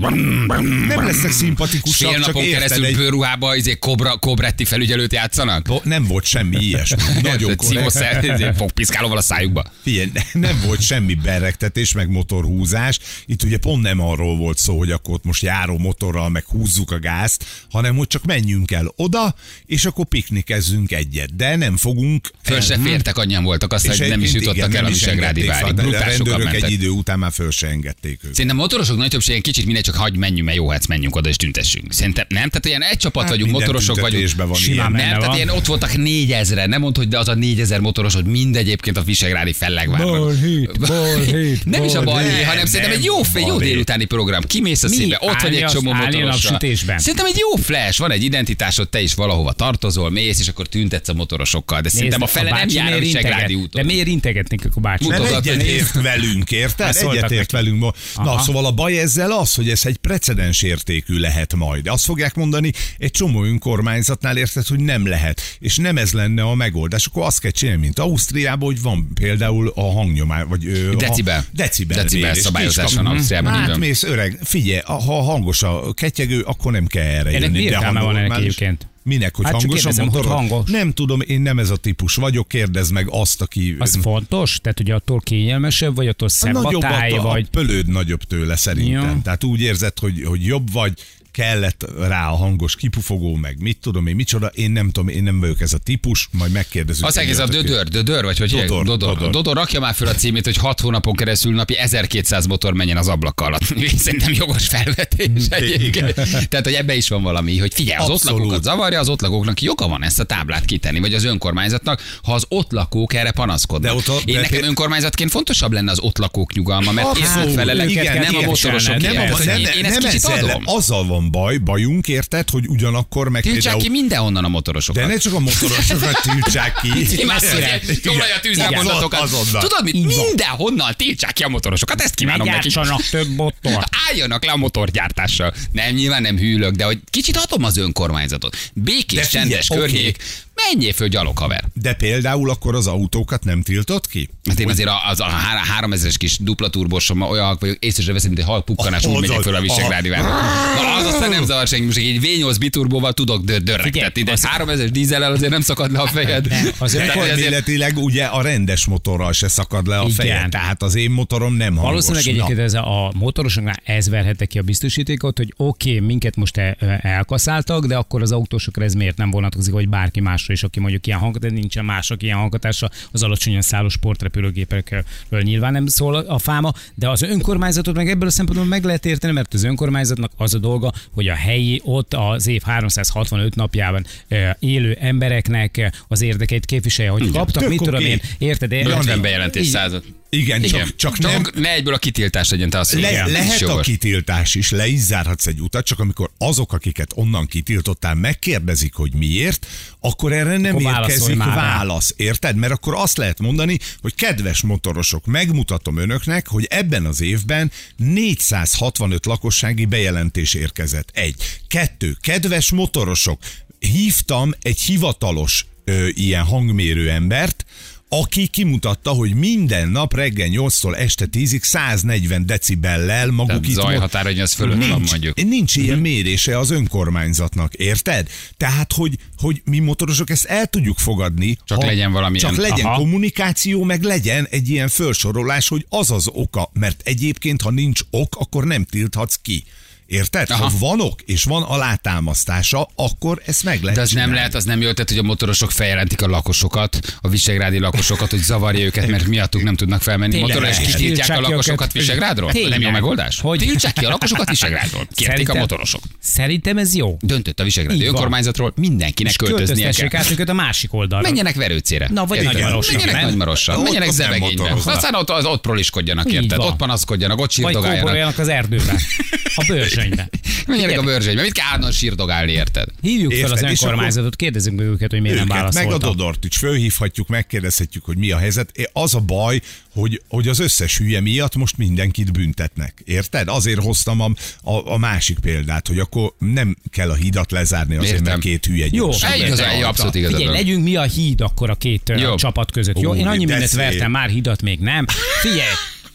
Speaker 3: Nem lesznek szimpatikusak,
Speaker 2: Fél
Speaker 3: csak
Speaker 2: napon
Speaker 3: érted,
Speaker 2: keresztül
Speaker 3: egy...
Speaker 2: bőrruhába izé Cobra, Cobretti felügyelőt játszanak?
Speaker 3: Bo- Nem volt semmi ilyesmi. Nagyon korrekt.
Speaker 2: Szívószer, fogpiszkálóval a szájukba.
Speaker 3: Figyelj, nem volt semmi berregtetés, meg motorhúzás. Itt ugye pont nem arról volt szó, hogy akkor ott most járó motorral meg húzzuk a gázt, hanem hogy csak menjünk el oda, és akkor piknikezzünk egyet. De nem fogunk...
Speaker 2: Föl se fértek, annyian voltak, azt, hogy nem is
Speaker 3: egyébként
Speaker 2: jutottak
Speaker 3: igen,
Speaker 2: el a
Speaker 3: nem is
Speaker 2: Visegrádi
Speaker 3: engedték
Speaker 2: várig.
Speaker 3: fel. A
Speaker 2: Brutál sokan
Speaker 3: rendőrök egy
Speaker 2: mentek.
Speaker 3: idő után már föl se engedték őket.
Speaker 2: Szerintem a motorosok nagy többségen kicsit mindegy, csak hagyj menjünk, mert jó, hát menjünk oda és tüntessünk. Szerintem nem, tehát ilyen egy csapat
Speaker 3: Hát
Speaker 2: vagyunk,
Speaker 3: minden
Speaker 2: motorosok vagyunk.
Speaker 3: tüntetésben van
Speaker 4: Simán
Speaker 3: ilyen.
Speaker 4: benne
Speaker 2: Nem, tehát
Speaker 4: van.
Speaker 2: ilyen ott voltak négyezren, nem mondd, hogy de az a négyezer motorosod mind egyébként a Visegrádi fellegvárban.
Speaker 4: Balhét, balhét,
Speaker 2: Nem is a balhé,
Speaker 3: Nem,
Speaker 2: hanem szerintem
Speaker 3: nem,
Speaker 2: egy jó, fél, jó
Speaker 3: balhé.
Speaker 2: délutáni program. Kimész a
Speaker 4: Mi?
Speaker 2: színbe, ott vagy
Speaker 4: Állni
Speaker 2: egy
Speaker 4: azt-
Speaker 2: csomó
Speaker 4: állni a
Speaker 2: motorossal.
Speaker 4: napsütésben?
Speaker 2: Szerintem egy jó flash, van egy identitásod, te is valahova tartozol, mész, és akkor tüntetsz a motorosokkal. De szerintem a
Speaker 4: Nézd,
Speaker 2: fele nem
Speaker 4: bácsi
Speaker 2: jár a
Speaker 4: miért
Speaker 2: Visegrádi
Speaker 4: integet?
Speaker 2: úton.
Speaker 4: De miért integetnék a bácsi?
Speaker 3: Mert
Speaker 2: Mutogat, hogy-
Speaker 3: egyetért velünk, érted?
Speaker 4: Ezt szóltak
Speaker 3: Egyetért
Speaker 4: neki.
Speaker 3: velünk. Na,
Speaker 4: Aha.
Speaker 3: szóval a baj ezzel az, hogy ez egy precedens értékű lehet majd. Azt fogják mondani egy csomó önkormányzatnál, érted, hogy nem lehet. És nem ez lenne a megoldás. Akkor azt kell csinálni, mint Ausztriában, hogy van például a hangnyomás, vagy ö,
Speaker 2: Decibel.
Speaker 3: A decibel,
Speaker 2: Decibel
Speaker 3: mérés.
Speaker 2: szabályozás
Speaker 3: Ki is
Speaker 2: van
Speaker 3: kap-
Speaker 2: Ausztriában, így
Speaker 3: Hát
Speaker 2: van.
Speaker 3: mész öreg, figyelj, ha hangos a ketyegő, akkor nem kell erre
Speaker 4: Ennek
Speaker 3: jönni.
Speaker 4: mi
Speaker 3: de ha
Speaker 4: értelme van ennek
Speaker 3: normális-
Speaker 4: egyébként?
Speaker 3: Minek, hogy
Speaker 4: Hát csak
Speaker 3: hangos a
Speaker 4: kérdezem, hogy
Speaker 3: motor?
Speaker 4: hangos.
Speaker 3: Nem tudom, én nem ez a típus vagyok, kérdezd meg azt, aki...
Speaker 4: Az fontos? Tehát, hogy attól kényelmesebb, vagy attól szebb a
Speaker 3: Nagyobb
Speaker 4: táj,
Speaker 3: a,
Speaker 4: vagy...
Speaker 3: a pölőd nagyobb tőle szerintem.
Speaker 4: Ja.
Speaker 3: Tehát úgy érzed, hogy, hogy jobb vagy, kellett rá a hangos kipufogó, meg mit tudom én, micsoda, én nem tudom, én nem vagyok ez a típus, majd megkérdezzük.
Speaker 2: Az egész a dödör, dödör, vagy hogy
Speaker 3: Dodor,
Speaker 2: Dodor, Dodor.
Speaker 3: Dodor.
Speaker 2: Dodor rakja már föl a címét, hogy hat hónapon keresztül napi ezerkétszáz motor menjen az ablak alatt. Szerintem jogos felvetés egyébként. Tehát, hogy ebbe is van valami, hogy figyelj, az ott
Speaker 3: Abszolút.
Speaker 2: lakókat zavarja, az ott lakóknak joga van ezt a táblát kitenni, vagy az önkormányzatnak, ha az ott lakók erre panaszkodnak.
Speaker 3: De ott a-
Speaker 2: Én
Speaker 3: de
Speaker 2: nekem
Speaker 3: pé-
Speaker 2: önkormányzatként fontosabb lenne az ott lakók nyugalma, mert én
Speaker 3: Abszolút.
Speaker 2: felelek,
Speaker 3: Igen,
Speaker 2: nem a
Speaker 3: igen,
Speaker 2: motorosok.
Speaker 3: nem,
Speaker 2: Nem,
Speaker 3: nem, nem,
Speaker 2: én, én ezt
Speaker 3: nem
Speaker 2: kicsit
Speaker 3: ezzel,
Speaker 2: adom.
Speaker 3: azzal van baj, bajunk, érted, hogy ugyanakkor meg
Speaker 2: Tiltsák
Speaker 3: például...
Speaker 2: ki mindenhonnan a motorosokat.
Speaker 3: De ne csak a motorosokat tiltsák ki.
Speaker 2: Imádszor, Jól a tűzlámondatokat.
Speaker 3: Azonnal.
Speaker 2: Tudod mit?
Speaker 4: Így van.
Speaker 2: Mindenhonnan tiltsák ki a motorosokat, ezt
Speaker 4: Ne
Speaker 2: kívánom nekik.
Speaker 4: gyártsanak több motor.
Speaker 2: Álljanak le a motorgyártással. Nem, nyilván nem hűlök, de hogy kicsit adom az önkormányzatot.
Speaker 3: De
Speaker 2: Békés,
Speaker 3: figyelj,
Speaker 2: csendes
Speaker 3: oké.
Speaker 2: környék. Menjél föl gyalog, haver.
Speaker 3: De például akkor az autókat nem tiltott ki?
Speaker 2: Hát én azért az a há- háromezeres kis dupla turbosom olyan halk vagyok, észre se veszem, mint egy halk pukkanás, úgy
Speaker 3: Ahhoz
Speaker 2: megyek
Speaker 3: az-
Speaker 2: föl a Visegrádi várba. Na, az aztán nem zavar senki, most egy vé nyolc biturbóval tudok dör- dörregtetni, de
Speaker 4: az-
Speaker 2: háromezeres dízellel azért nem szakad le a fejed.
Speaker 4: Nem, az
Speaker 2: Tehát
Speaker 4: önkor-
Speaker 2: ezért-
Speaker 3: Elméletileg ugye a rendes motorral se szakad le a
Speaker 4: Igen.
Speaker 3: feje, tehát az én motorom nem hangos.
Speaker 4: Valószínűleg
Speaker 3: Na.
Speaker 4: egyébként ez a motorosoknál ez verhette ki a biztosítékot, hogy oké, okay, minket most el- elkaszáltak, de akkor az autósokra ez miért nem vonatkozik, vagy bárki másra is, aki mondjuk ilyen hanghatás, nincsen mások ilyen hanghatása, az alacsonyan szálló sportrepülőgépekről nyilván nem szól a fáma, de az önkormányzatot meg ebből a szempontból meg lehet érteni, mert az önkormányzatnak az a dolga, hogy a helyi, ott az év háromszázhatvanöt napjában eh, élő embereknek az érdekeit képviselje, hogy kaptak,
Speaker 3: tök
Speaker 4: mit tudom
Speaker 3: oké.
Speaker 4: én, érted?
Speaker 2: ötven bejelentés
Speaker 4: Így-
Speaker 2: század.
Speaker 3: Igen,
Speaker 2: Igen.
Speaker 3: csak, csak nem...
Speaker 2: Csak ne egyből a kitiltás legyen, te azt
Speaker 3: Le,
Speaker 2: mondod.
Speaker 3: lehet
Speaker 2: Ez
Speaker 3: a
Speaker 2: jogos.
Speaker 3: kitiltás is, le is zárhatsz egy utat, csak amikor azok, akiket onnan kitiltottál, megkérdezik, hogy miért, akkor erre nem
Speaker 4: Akkor válaszolj
Speaker 3: érkezik
Speaker 4: már rá.
Speaker 3: válasz. Érted? Mert akkor azt lehet mondani, hogy kedves motorosok, megmutatom önöknek, hogy ebben az évben négyszázhatvanöt lakossági bejelentés érkezett. Egy. Kettő. Kedves motorosok, hívtam egy hivatalos ö, ilyen hangmérő embert, aki kimutatta, hogy minden nap reggel nyolctól este tízig száznegyven decibellel maguk
Speaker 2: Tehát
Speaker 3: itt...
Speaker 2: zajhatárony az fölött van mondjuk.
Speaker 3: Nincs ilyen mérése az önkormányzatnak, érted? Tehát, hogy, hogy mi motorosok ezt el tudjuk fogadni.
Speaker 2: Csak legyen valamilyen-
Speaker 3: Csak legyen
Speaker 4: Aha.
Speaker 3: kommunikáció, meg legyen egy ilyen felsorolás, hogy az az oka, mert egyébként, ha nincs ok, akkor nem tilthatsz ki. Érted?
Speaker 2: Aha.
Speaker 3: Ha van ok, és van alátámasztása, akkor ezt meg lehet
Speaker 2: De az nem
Speaker 3: csinálni.
Speaker 2: lehet, az nem jól tett, hogy a motorosok feljelentik a lakosokat, a visegrádi lakosokat, hogy zavarja őket, mert miattuk nem tudnak felmenni.
Speaker 4: Tényleg.
Speaker 2: Motoros, és
Speaker 4: Tiltsák
Speaker 2: kitiltják a
Speaker 4: ki
Speaker 2: lakosokat
Speaker 4: őket.
Speaker 2: Visegrádról?
Speaker 4: Tényleg.
Speaker 2: Nem jó megoldás?
Speaker 4: Hogy?
Speaker 2: Tiltsák ki a lakosokat Visegrádról. Kérték a
Speaker 4: Szerintem-
Speaker 2: motorosok.
Speaker 4: Szerintem ez jó.
Speaker 2: Döntött a visegrádi
Speaker 4: Így van.
Speaker 2: önkormányzatról, mindenkinek
Speaker 4: És
Speaker 2: költöznie
Speaker 4: költöztessék
Speaker 2: kell.
Speaker 4: át őket a másik oldalra.
Speaker 2: Menjenek Verőcére.
Speaker 4: Na, vagy
Speaker 2: Érted?
Speaker 4: Nagymarosra,
Speaker 2: Menjenek
Speaker 4: nem?
Speaker 2: Nagymarosra,
Speaker 3: Ott-
Speaker 2: menjenek
Speaker 3: ott nem
Speaker 2: Zebegénybe.
Speaker 3: motoroznak.
Speaker 2: Aztán ott, az, ott proliskodjanak,
Speaker 4: Így
Speaker 2: érted?
Speaker 4: van.
Speaker 2: Ott panaszkodjanak, ott
Speaker 4: Vagy
Speaker 2: sírdogáljanak.
Speaker 4: kóboroljanak az erdőben, a bőrsönybe.
Speaker 2: Menjenek a bőrzsegybe. Mit kell állandóan sírdogálni, érted?
Speaker 4: Hívjuk fel az
Speaker 3: Érted? És
Speaker 4: önkormányzatot, kérdezzük meg őket, hogy miért nem
Speaker 3: Őket, meg a
Speaker 4: válaszoltak.
Speaker 3: Dodort is fölhívhatjuk, megkérdezhetjük, hogy mi a helyzet. É, Az a baj, hogy, hogy az összes hülye miatt most mindenkit büntetnek. Érted? Azért hoztam a, a, a másik példát, hogy akkor nem kell a hídat lezárni azért,
Speaker 2: Értem.
Speaker 3: mert két hülye
Speaker 4: Jó,
Speaker 3: gyorsan
Speaker 2: Egy
Speaker 3: ment
Speaker 2: igazán,
Speaker 3: rajta.
Speaker 2: abszolút igazad
Speaker 4: Figyelj,
Speaker 2: van.
Speaker 4: legyünk mi a híd akkor a két
Speaker 2: Jó.
Speaker 4: Jó. csapat között. Jó,
Speaker 3: Ú,
Speaker 4: én annyi
Speaker 3: de
Speaker 4: mindent
Speaker 3: szép.
Speaker 4: vertem, már hidat még nem. Figyelj,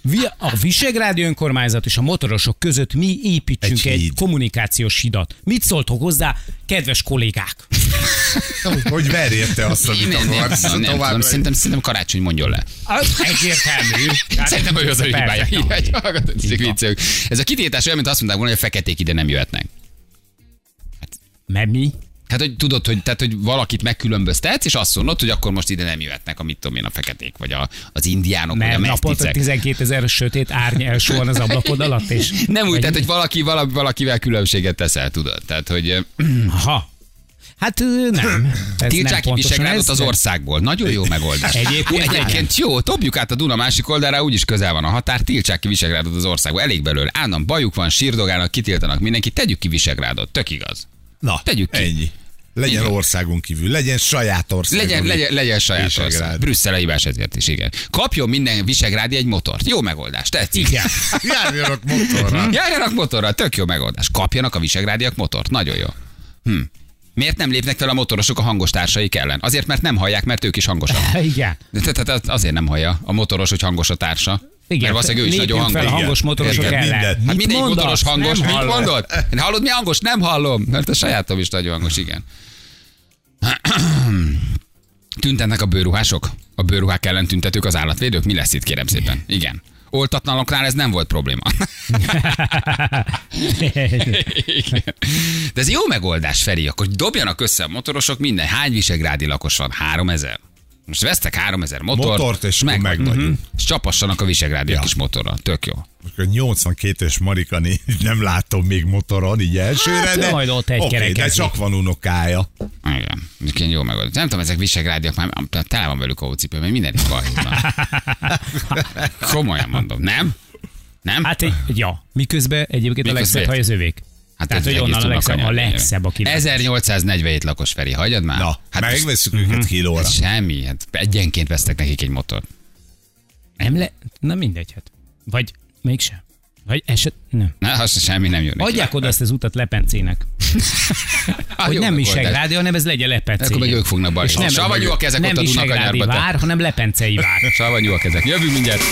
Speaker 4: Vi- A Visegrádi önkormányzat és a motorosok között mi építsünk
Speaker 3: Egy
Speaker 4: egy,
Speaker 3: híd.
Speaker 4: kommunikációs hidat. Mit szóltok hozzá, kedves kollégák?
Speaker 3: Hogy verjette azt, amit
Speaker 2: Nem, nem,
Speaker 3: akarsz.
Speaker 2: nem, nem
Speaker 3: Tovább
Speaker 2: tudom, szerintem, szerintem Karácsony mondjon le.
Speaker 4: Az egyértelmű.
Speaker 2: Szerintem ő az a hibája.
Speaker 4: Persze.
Speaker 2: Így, hallgatod, ezek viccek. Ez a kitiltás olyan, mint azt mondták volna, hogy a feketék ide nem jöhetnek.
Speaker 4: Mert mi?
Speaker 2: Hát, hogy tudod, hogy, tehát, hogy valakit megkülönböztetsz, és azt mondod, hogy akkor most ide nem jöhetnek a mit tudom én, a feketék, vagy a, az indiánok,
Speaker 4: Mert
Speaker 2: vagy a
Speaker 4: naponta
Speaker 2: meszticek.
Speaker 4: tizenkétezer sötét árny elsuhan az ablakod alatt, és...
Speaker 2: Nem úgy,
Speaker 4: vagy-
Speaker 2: tehát, hogy valaki, valaki, valakivel különbséget teszel, tudod. Tehát, hogy
Speaker 4: Aha. Hát ö, nem. Ez
Speaker 2: tiltsák
Speaker 4: nem
Speaker 2: ki
Speaker 4: pontosan
Speaker 2: Visegrádot
Speaker 4: ez,
Speaker 2: az
Speaker 4: de-
Speaker 2: országból. Nagyon jó megoldás.
Speaker 4: Egyébként
Speaker 2: Ú, Egyébként jó, dobjuk át a Duna másik oldalára, úgyis közel van a határ, tiltsák ki Visegrádot az országból. Elég belőle. Állandóan bajuk van, sírdogálnak, kitiltanak mindenkit, tegyük ki Visegrádot. Tök igaz.
Speaker 3: Na,
Speaker 2: Tegyük ki.
Speaker 3: ennyi. Legyen
Speaker 2: Igen.
Speaker 3: országon kívül, legyen saját országon.
Speaker 2: Legyen, legyen, legyen saját
Speaker 3: Visegrád.
Speaker 2: ország. Brüsszel a hibás ezért is, igen. Kapjon minden Visegrádi egy motort. Jó megoldás, tetszik.
Speaker 4: Igen.
Speaker 3: Járjanak motorra.
Speaker 2: Járjanak motorral, tök jó megoldás. Kapjanak a visegrádiak motort, nagyon jó. Hm. Miért nem lépnek fel a motorosok a hangos társaik ellen? Azért, mert nem hallják, mert ők is hangosak.
Speaker 4: Igen.
Speaker 2: De- Tehát azért nem hallja a motoros, hogy hangos a társa.
Speaker 4: Igen.
Speaker 2: Mert valószínűleg ő is
Speaker 4: Lépjünk
Speaker 2: nagyon
Speaker 4: fel
Speaker 2: hangos.
Speaker 4: a hangos motorosok
Speaker 3: Igen,
Speaker 4: ellen.
Speaker 3: mindent.
Speaker 2: Hát
Speaker 4: Mit
Speaker 2: mindegy
Speaker 4: mondasz?
Speaker 2: motoros hangos,
Speaker 4: Nem
Speaker 2: mit
Speaker 4: hallod.
Speaker 2: mondod? Én hallod, mi hangos? Nem hallom, mert a sajátom is nagyon hangos, igen. Tüntetnek a bőrruhások? A bőrruhák ellen tüntetők az állatvédők? Mi lesz itt, kérem szépen? Igen. Oltatlanoknál ez nem volt probléma. Igen. De ez jó megoldás, Feri, akkor dobjanak össze a motorosok minden. Hány visegrádi lakos van? Háromezer. Most vesztek háromezer motort,
Speaker 3: Motort, és meg, meg vagyunk.
Speaker 2: Mhm. És csapassanak a visegrádiak
Speaker 3: Ja.
Speaker 2: is motorral. Tök jó.
Speaker 3: Most a nyolcvankettő es Marikani nem látom még motoron, így elsőre,
Speaker 4: Hát,
Speaker 3: de,
Speaker 4: majd ott egy
Speaker 3: oké, de
Speaker 4: kerekezik.
Speaker 3: csak van unokája.
Speaker 2: Igen, egyébként jó megoldás. Nem tudom, ezek visegrádiak már tele van velük a hócipő, mert mindenik baj van. Komolyan mondom, nem? Nem?
Speaker 4: Hát egy, ja, miközben egyébként a
Speaker 2: Miközben
Speaker 4: legszebb
Speaker 2: ért-
Speaker 4: haj az övék.
Speaker 2: Hát
Speaker 4: Tehát,
Speaker 2: ez
Speaker 4: hogy
Speaker 2: egész
Speaker 4: onnan a
Speaker 2: tudnak
Speaker 4: legszebb, a
Speaker 2: kanyarni.
Speaker 4: legszebb a kilátás.
Speaker 2: ezernyolcszáznegyvenhét lakos, Feri, hagyjad már.
Speaker 3: Na, hát
Speaker 2: most-
Speaker 3: megveszünk őket kilóra.
Speaker 2: Hát semmi, hát egyenként vesztek nekik egy motort.
Speaker 4: Nem le... Na mindegy, hát. Vagy mégsem. Vagy eset... Nem.
Speaker 2: Na, az semmi nem jön neki.
Speaker 4: Adják oda ezt az utat Lepencének.
Speaker 2: Ah,
Speaker 4: Hogy
Speaker 2: jó
Speaker 4: nem
Speaker 2: megoldás.
Speaker 4: Visegrádi, hanem ez legyen Lepence.
Speaker 2: Akkor meg ők fognak balni.
Speaker 4: És nem,
Speaker 2: Savanyúak ezek
Speaker 4: nem
Speaker 2: ott a
Speaker 4: Visegrádi
Speaker 2: Dunakanyarban.
Speaker 4: vár, hanem Lepencei vár.
Speaker 2: Savanyúak ezek. Jövünk mindjárt.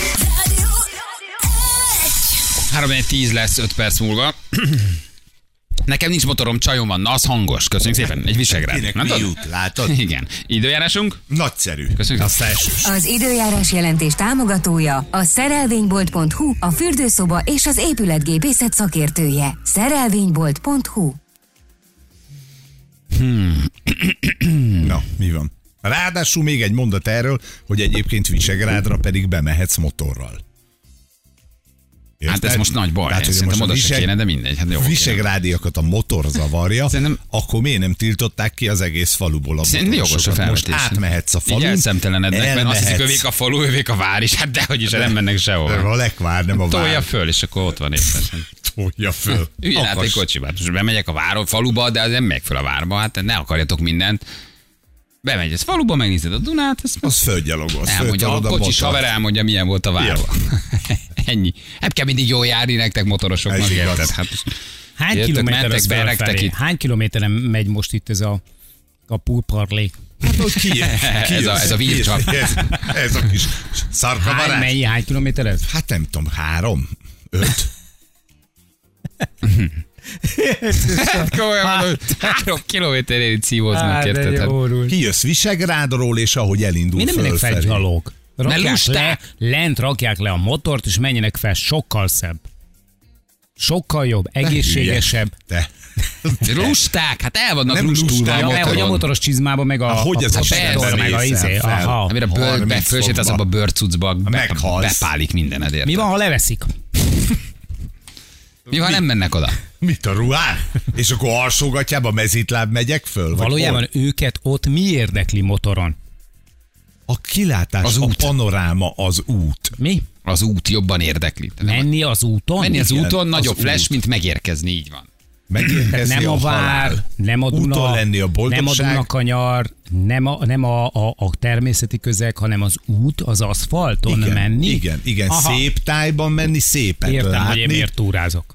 Speaker 2: három tíz lesz öt perc múlva. Nekem nincs motorom, csajom van, na az hangos. Köszönjük szépen. Egy Visegrád.
Speaker 3: Kinek
Speaker 2: Nem
Speaker 3: mi
Speaker 2: tudod?
Speaker 3: jut, látod?
Speaker 2: Igen. Időjárásunk?
Speaker 3: Nagyszerű.
Speaker 2: Köszönjük.
Speaker 3: Azt elsős.
Speaker 5: Az időjárás jelentés támogatója a szerelvénybolt pont hu, a fürdőszoba és az épületgépészet szakértője. szerelvénybolt pont hu.
Speaker 3: Na, mi van? Ráadásul még egy mondat erről, hogy egyébként Visegrádra pedig bemehetsz motorral.
Speaker 2: Hát ez
Speaker 3: Érted?
Speaker 2: most nagy baj.
Speaker 3: Tehát, hogy
Speaker 2: Szerintem
Speaker 3: most a
Speaker 2: oda se
Speaker 3: viseg-
Speaker 2: kéne, de mindegy. Hát jó, oké.
Speaker 3: Visegrádiakat a motor zavarja,
Speaker 2: Szerintem-
Speaker 3: akkor miért nem tiltották ki az egész faluból a
Speaker 2: Szerintem jogos a
Speaker 3: motorosokat? Most
Speaker 2: felvetés.
Speaker 3: átmehetsz a
Speaker 2: Így
Speaker 3: falun,
Speaker 2: elszemtelenednek, mert azt hiszik,
Speaker 3: elmehetsz.
Speaker 2: övék a falu, övék a vár is. Hát dehogy is, nem mennek
Speaker 3: De
Speaker 2: sehova.
Speaker 3: a lekvár, nem a
Speaker 2: Tolja
Speaker 3: vár.
Speaker 2: föl, és akkor ott van éppen.
Speaker 3: Tolja föl.
Speaker 2: Üljön át egy
Speaker 3: Akass.
Speaker 2: kocsiba. Most bemegyek a váro, faluba, de az nem megyek föl a várba. Hát ne akarjatok mindent. Bemegy ez faluba, megnézed a Dunát, ez
Speaker 3: Az földgyalogolsz.
Speaker 2: elmondja, a
Speaker 3: föltolod
Speaker 2: kocsis
Speaker 3: motort.
Speaker 2: haver elmondja, milyen volt a várba. Ennyi. Nem kell mindig jól járni nektek motorosoknak,
Speaker 3: Ez igaz.
Speaker 2: érted? Hát,
Speaker 4: Hány
Speaker 2: jöttök,
Speaker 4: kilométer
Speaker 2: mentek,
Speaker 4: az
Speaker 2: beregtek
Speaker 4: fölfelé?
Speaker 2: itt.
Speaker 4: Hány kilométeren megy most itt ez a, a pulparlé?
Speaker 3: Hát, hogy ki, ki
Speaker 2: Ez a- ez a vízcsap.
Speaker 3: Ez, ez a kis
Speaker 4: Hány,
Speaker 3: szarkavarás.
Speaker 4: mennyi, hány kilométer ez?
Speaker 3: Hát nem tudom, három, öt.
Speaker 2: Hát komolyan mondom, három kilométeréig szívóznak, érted? Hát,
Speaker 3: Kijössz Visegrádról, és ahogy elindul
Speaker 4: Mi nem mennek fel
Speaker 3: fölfelé.
Speaker 4: gyalog? Rakják le,
Speaker 2: lusták.
Speaker 4: lent rakják le a motort, és menjenek fel, sokkal szebb. Sokkal jobb, egészségesebb.
Speaker 3: Te.
Speaker 2: lusták, hát el vannak
Speaker 3: Nem
Speaker 2: lustulva
Speaker 3: lusták,
Speaker 2: a
Speaker 4: Ja, mert hogy a
Speaker 2: motoron.
Speaker 4: motoros csizmába, meg a,
Speaker 3: Ah, hogy az
Speaker 4: a
Speaker 3: a
Speaker 4: petor,
Speaker 3: persze
Speaker 4: meg a
Speaker 3: részen
Speaker 4: izé.
Speaker 3: fel.
Speaker 4: Aha.
Speaker 2: Amire bőr,
Speaker 3: harminc
Speaker 2: befősétesz
Speaker 3: fokba.
Speaker 2: abba a bőrcucba, be,
Speaker 3: Meghalsz.
Speaker 2: bepálik mindened, érted?
Speaker 4: Mi van, ha leveszik?
Speaker 2: Mi van, nem mennek oda?
Speaker 3: Mit a ruhán? És akkor alsógatjába mezítláb megyek föl? Vagy
Speaker 4: Valójában
Speaker 3: hol?
Speaker 4: őket ott mi érdekli motoron?
Speaker 3: A kilátás,
Speaker 2: Az
Speaker 3: a
Speaker 2: út.
Speaker 3: panoráma, az út.
Speaker 4: Mi?
Speaker 2: Az út jobban érdekli. Nem-
Speaker 4: Menni az úton?
Speaker 2: Menni az
Speaker 3: Igen,
Speaker 2: úton
Speaker 3: az
Speaker 2: nagyobb
Speaker 3: út.
Speaker 2: flash, mint megérkezni, így van.
Speaker 3: Megérkezni
Speaker 4: Nem a vár,
Speaker 3: halál.
Speaker 4: nem a
Speaker 3: Úton
Speaker 4: Duna,
Speaker 3: lenni a
Speaker 4: nem a
Speaker 3: boldogság.
Speaker 4: Dunakanyar, nem a, nem a, a, a természeti közeg, hanem az út, az aszfalton
Speaker 3: Igen,
Speaker 4: menni.
Speaker 3: igen, igen.
Speaker 4: Aha.
Speaker 3: Szép tájban menni, szépen
Speaker 4: Értem,
Speaker 3: látni.
Speaker 4: hogy én miért túrázok.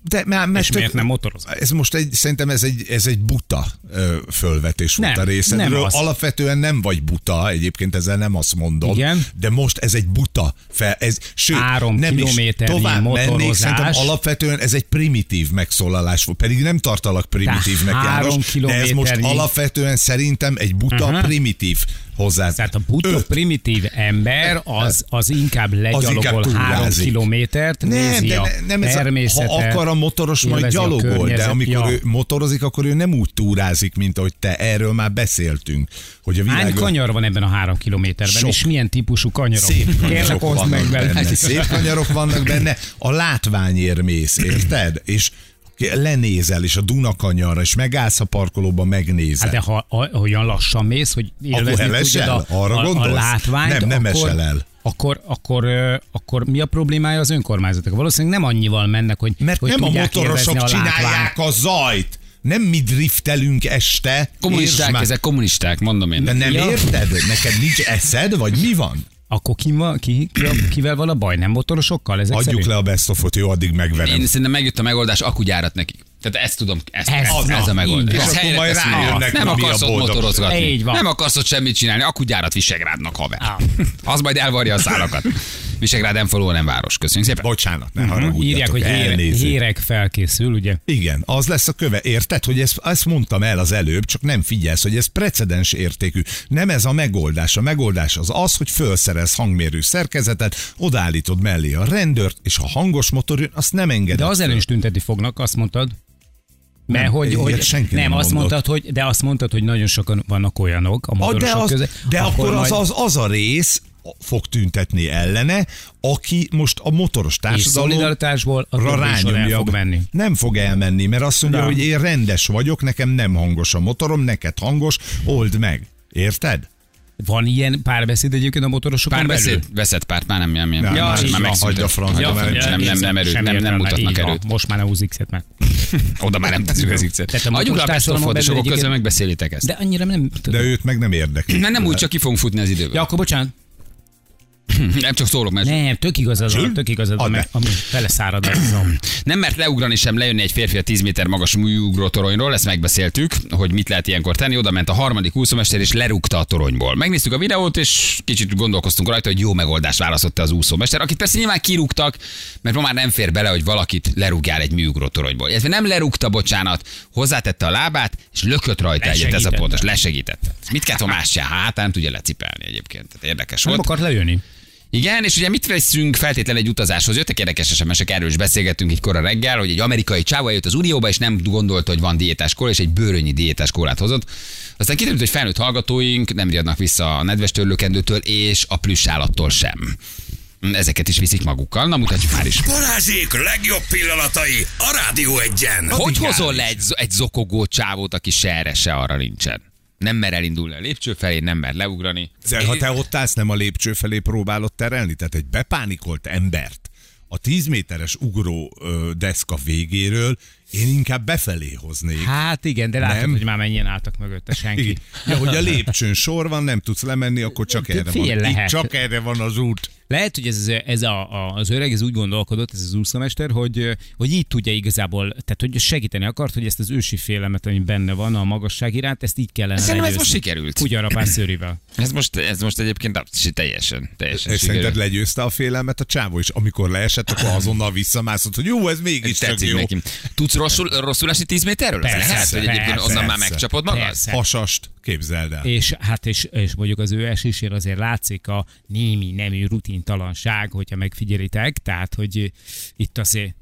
Speaker 3: De már, mert
Speaker 4: És miért nem motorozol?
Speaker 3: Ez most egy, szerintem ez egy, ez egy buta ö, fölvetés volt
Speaker 4: Nem,
Speaker 3: a részedről.
Speaker 4: nem az.
Speaker 3: Alapvetően nem vagy buta, egyébként ezzel nem azt mondom.
Speaker 4: Igen.
Speaker 3: De most ez egy buta. Fel, ez, sőt,
Speaker 4: Három
Speaker 3: nem is
Speaker 4: kilométernyi
Speaker 3: tovább mennék,
Speaker 4: motorozás.
Speaker 3: szerintem alapvetően ez egy primitív megszólalás volt. Pedig nem tartalak primitívnek,
Speaker 4: három
Speaker 3: János. De ez most
Speaker 4: kilométernyi-
Speaker 3: alapvetően szerintem egy buta
Speaker 4: Aha.
Speaker 3: primitív hozzá.
Speaker 4: Tehát a buta
Speaker 3: Öt.
Speaker 4: primitív ember az, az inkább legyalogol
Speaker 3: inkább
Speaker 4: három
Speaker 3: túrázik.
Speaker 4: kilométert,
Speaker 3: Nem,
Speaker 4: nézi
Speaker 3: de
Speaker 4: a
Speaker 3: ne, nem ez a,
Speaker 4: természetet.
Speaker 3: ha akar a motoros, majd
Speaker 4: élvezi a
Speaker 3: gyalogol, de
Speaker 4: környezet-
Speaker 3: amikor
Speaker 4: Ja.
Speaker 3: ő motorozik, akkor ő nem úgy túrázik, mint ahogy te. Erről már beszéltünk. Hogy a
Speaker 4: Hány
Speaker 3: világon
Speaker 4: kanyar van ebben a három kilométerben,
Speaker 3: Sok.
Speaker 4: és milyen típusú kanyarok?
Speaker 3: szép
Speaker 4: Kérlek,
Speaker 3: kanyarok
Speaker 4: oszd meg
Speaker 3: vannak
Speaker 4: benne.
Speaker 3: benne. Szép kanyarok vannak benne. A látványért mész, érted? És lenézel, és a Duna kanyarra, és megállsz a parkolóban, megnézel.
Speaker 4: Hát de ha a- olyan lassan mész, hogy
Speaker 3: Akkor
Speaker 4: élvezni
Speaker 3: elesel?
Speaker 4: tudjad a,
Speaker 3: Arra
Speaker 4: a, a
Speaker 3: gondolsz?
Speaker 4: látványt,
Speaker 3: Nem, nem
Speaker 4: akkor,
Speaker 3: esel el.
Speaker 4: Akkor, akkor, ö, akkor mi a problémája az önkormányzatok? Valószínűleg nem annyival mennek, hogy,
Speaker 3: Mert
Speaker 4: hogy
Speaker 3: nem a
Speaker 4: tudják
Speaker 3: motorosok
Speaker 4: élvezni a
Speaker 3: csinálják
Speaker 4: látványt.
Speaker 3: a zajt. Nem mi driftelünk este.
Speaker 2: Kommunisták,
Speaker 3: és már-
Speaker 2: ezek kommunisták, mondom én.
Speaker 3: De nem
Speaker 4: Ja.
Speaker 3: érted? Neked nincs eszed, vagy mi van?
Speaker 4: Akkor ki, van- ki, ki, kivel van a baj? Nem motorosokkal? Ezek
Speaker 3: Adjuk
Speaker 4: szerint?
Speaker 3: le a best of-ot, jó, addig megverem.
Speaker 2: Én szerintem megjött a megoldás, akugyárat nekik. Tehát ezt tudom, ezt,
Speaker 4: Ez
Speaker 2: ez,
Speaker 4: az,
Speaker 2: ez a megoldás.
Speaker 4: így van.
Speaker 2: Ezt
Speaker 3: És akkor
Speaker 2: helyre
Speaker 3: majd
Speaker 2: teszem.
Speaker 3: rájönnek,
Speaker 2: Nem
Speaker 3: hogy mi a
Speaker 2: akarsz ott
Speaker 3: boldog.
Speaker 2: motorozgatni.
Speaker 4: Így van.
Speaker 2: Nem akarsz ott semmit csinálni, akugyárat Visegrádnak, haver.
Speaker 4: Ah.
Speaker 2: Az majd elvarja a szálakat. Visegrád nem falu, nem város. Köszönjük szépen.
Speaker 3: Bocsánat, ne haragudjatok,
Speaker 4: Írják, hogy hére,
Speaker 3: elnézést.
Speaker 4: hérek felkészül, ugye?
Speaker 3: Igen, az lesz a köve. Érted, hogy ezt, ezt mondtam el az előbb, csak nem figyelsz, hogy ez precedens értékű. Nem ez a megoldás. A megoldás az az, hogy felszerelsz hangmérő szerkezetet, odaállítod mellé a rendőrt, és ha hangos motor jön, azt nem engeded.
Speaker 4: De az
Speaker 3: föl.
Speaker 4: ellen is tüntetni fognak, azt mondtad. Mert
Speaker 3: Nem,
Speaker 4: hogy,
Speaker 3: ilyet
Speaker 4: hogy
Speaker 3: senki
Speaker 4: nem,
Speaker 3: nem
Speaker 4: azt
Speaker 3: mondott.
Speaker 4: mondtad, hogy, de azt mondtad, hogy nagyon sokan vannak olyanok a
Speaker 3: Ah, de
Speaker 4: motorosok
Speaker 3: az,
Speaker 4: között.
Speaker 3: de akkor, az,
Speaker 4: majd-
Speaker 3: az, az a rész fog tüntetni ellene, aki most a motoros
Speaker 4: és
Speaker 3: társadalom
Speaker 4: szolidaritásból a többi is el fog menni.
Speaker 3: Nem fog elmenni, mert azt mondja,
Speaker 4: De.
Speaker 3: hogy én rendes vagyok, nekem nem hangos a motorom, neked hangos, old meg. Érted?
Speaker 4: Van ilyen párbeszéd egyébként a motorosokon
Speaker 2: Párbeszéd,
Speaker 4: belül?
Speaker 2: veszett párt, már nem, nem, nem,
Speaker 3: Ja,
Speaker 2: már,
Speaker 3: így
Speaker 2: már
Speaker 3: van,
Speaker 2: megszűnt.
Speaker 3: hagyd a francba,
Speaker 2: Ja,
Speaker 3: mert
Speaker 2: nem, nem, nem, erőt,
Speaker 4: Semmi
Speaker 2: nem, nem
Speaker 4: értelme,
Speaker 2: mutatnak
Speaker 4: így van.
Speaker 2: erőt.
Speaker 4: Most már ne húz X-et meg.
Speaker 2: Oda már nem teszünk az X-et.
Speaker 4: Tehát a
Speaker 2: Adjuk le a
Speaker 4: motoros
Speaker 2: best of-ot, és
Speaker 4: belül
Speaker 2: akkor
Speaker 4: egyébként-
Speaker 2: közben megbeszélitek ezt.
Speaker 4: De annyira nem...
Speaker 3: De őt meg nem érdekli.
Speaker 2: Mert nem úgy, csak ki fogunk futni az időből.
Speaker 4: Ja, akkor bocsánat.
Speaker 2: Nem csak szólok, mert
Speaker 4: Nem, tök igazad van, tök igazad van,
Speaker 3: Add
Speaker 4: mert
Speaker 3: be.
Speaker 4: ami beleszárad az a...
Speaker 2: nem mert leugrani sem lejönni egy férfi a tíz méter magas műugró toronyról, ezt megbeszéltük, hogy mit lehet ilyenkor tenni. Oda ment a harmadik úszómester és lerúgta a toronyból. Megnéztük a videót, és kicsit gondolkoztunk rajta, hogy jó megoldást választott az úszómester, akit persze nyilván kirúgtak, mert ma már nem fér bele, hogy valakit lerúgjál egy műugró toronyból. Ez nem lerúgta, bocsánat, hozzátette a lábát, és lökött rajta egyet, ez a
Speaker 4: Lesegítette.
Speaker 2: pontos, lesegítette. Mit kell Tomás se? Hát nem tudja lecipelni egyébként. Tehát érdekes
Speaker 4: Nem
Speaker 2: volt.
Speaker 4: akart lejönni.
Speaker 2: Igen, és ugye mit veszünk feltétlenül egy utazáshoz? Jöttek érdekes es em esek, erről is beszélgettünk egy kora reggel, hogy egy amerikai csávó eljött az Unióba, és nem gondolta, hogy van diétás kóla, és egy bőrönnyi diétás kólát hozott. Aztán kiderült, hogy felnőtt hallgatóink nem riadnak vissza a nedves törlőkendőtől és a plüss állattól sem. Ezeket is viszik magukkal. Na, mutatjuk már is.
Speaker 1: Balázsék legjobb pillanatai a Rádió Egyen.
Speaker 2: Hogy hozol le egy, egy zokogó csávót, aki se erre, se arra nincsen? Nem mer elindulni a lépcső felé, nem mer leugrani.
Speaker 3: De ha te ott állsz, nem a lépcső felé próbálod terelni? Tehát egy bepánikolt embert a tíz méteres ugró ö, deszka végéről én inkább befelé hoznék.
Speaker 4: Hát igen, de látod,
Speaker 3: Nem.
Speaker 4: hogy már mennyien álltak mögötte senki.
Speaker 3: Igen. Ja, hogy a lépcsőn sor van, nem tudsz lemenni, akkor csak erre van.
Speaker 4: Fél lehet.
Speaker 3: Itt csak erre van az út.
Speaker 4: Lehet, hogy ez, ez a, a, az öreg ez úgy gondolkodott, ez az úszómester, hogy, hogy így tudja igazából, tehát hogy segíteni akart, hogy ezt az ősi félelmet, ami benne van a magasság iránt, ezt így kellene
Speaker 2: Szerintem ez
Speaker 4: legyőzni.
Speaker 2: most sikerült.
Speaker 4: Kutyarapás szőrivel.
Speaker 2: Ez most, ez most egyébként teljesen, teljesen
Speaker 3: És szerinted
Speaker 2: sikerült.
Speaker 3: legyőzte a félelmet a csávó is? Amikor leesett, akkor azonnal visszamászott, hogy jó, ez mégis csak
Speaker 2: Tetszik
Speaker 3: jó.
Speaker 2: neki. Tudsz rosszul, rosszul esni tíz méterről?
Speaker 4: Persze,
Speaker 2: Lehet, hogy egyébként
Speaker 4: persze,
Speaker 2: onnan már
Speaker 3: persze.
Speaker 2: megcsapod magad?
Speaker 4: Persze.
Speaker 3: Hasast, képzeld el.
Speaker 4: És hát és, és mondjuk az ő esésére azért látszik a némi nemű rutintalanság, hogyha megfigyelitek, tehát hogy itt azért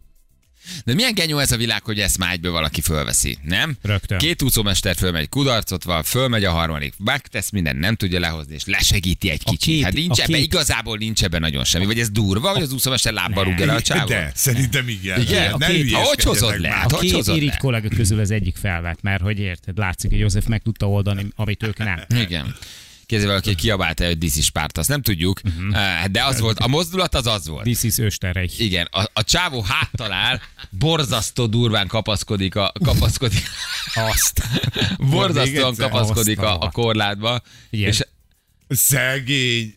Speaker 2: De milyen genyó ez a világ, hogy ezt már egyből valaki fölveszi, nem?
Speaker 4: Rögtön.
Speaker 2: Két úszómester fölmegy, kudarcot van, fölmegy a harmadik, megtesz minden, nem tudja lehozni, és lesegíti egy
Speaker 4: A
Speaker 2: kicsit.
Speaker 4: két-
Speaker 2: hát nincs
Speaker 4: a
Speaker 2: ebben,
Speaker 4: két-
Speaker 2: igazából nincs ebben nagyon semmi. Vagy ez durva, hogy az úszómester lábba rúgja le a csávot?
Speaker 3: De, szerintem igen.
Speaker 2: Igen?
Speaker 3: Ne
Speaker 2: A két-
Speaker 3: hülyéskedjenek
Speaker 2: Hogy hozod le?
Speaker 3: már.
Speaker 2: Hát
Speaker 4: a
Speaker 2: hogy
Speaker 4: két
Speaker 2: hozod
Speaker 4: irigy
Speaker 2: le?
Speaker 4: kollega közül az egyik felvett, mert hogy érted, látszik, hogy József meg tudta oldani, amit ők nem.
Speaker 2: Igen. Kézzel valaki kiabálta, hogy this is párt, azt nem tudjuk, uh-huh. de az volt, a mozdulat az az volt.
Speaker 4: This is Österreich.
Speaker 2: Igen, a, a csávó háttal áll, borzasztó durván kapaszkodik a, kapaszkodik,
Speaker 4: Azt.
Speaker 2: borzasztóan
Speaker 3: egyszer?
Speaker 2: kapaszkodik
Speaker 4: Azt a
Speaker 2: a, a korlátba,
Speaker 4: Igen.
Speaker 2: és
Speaker 3: Szegény.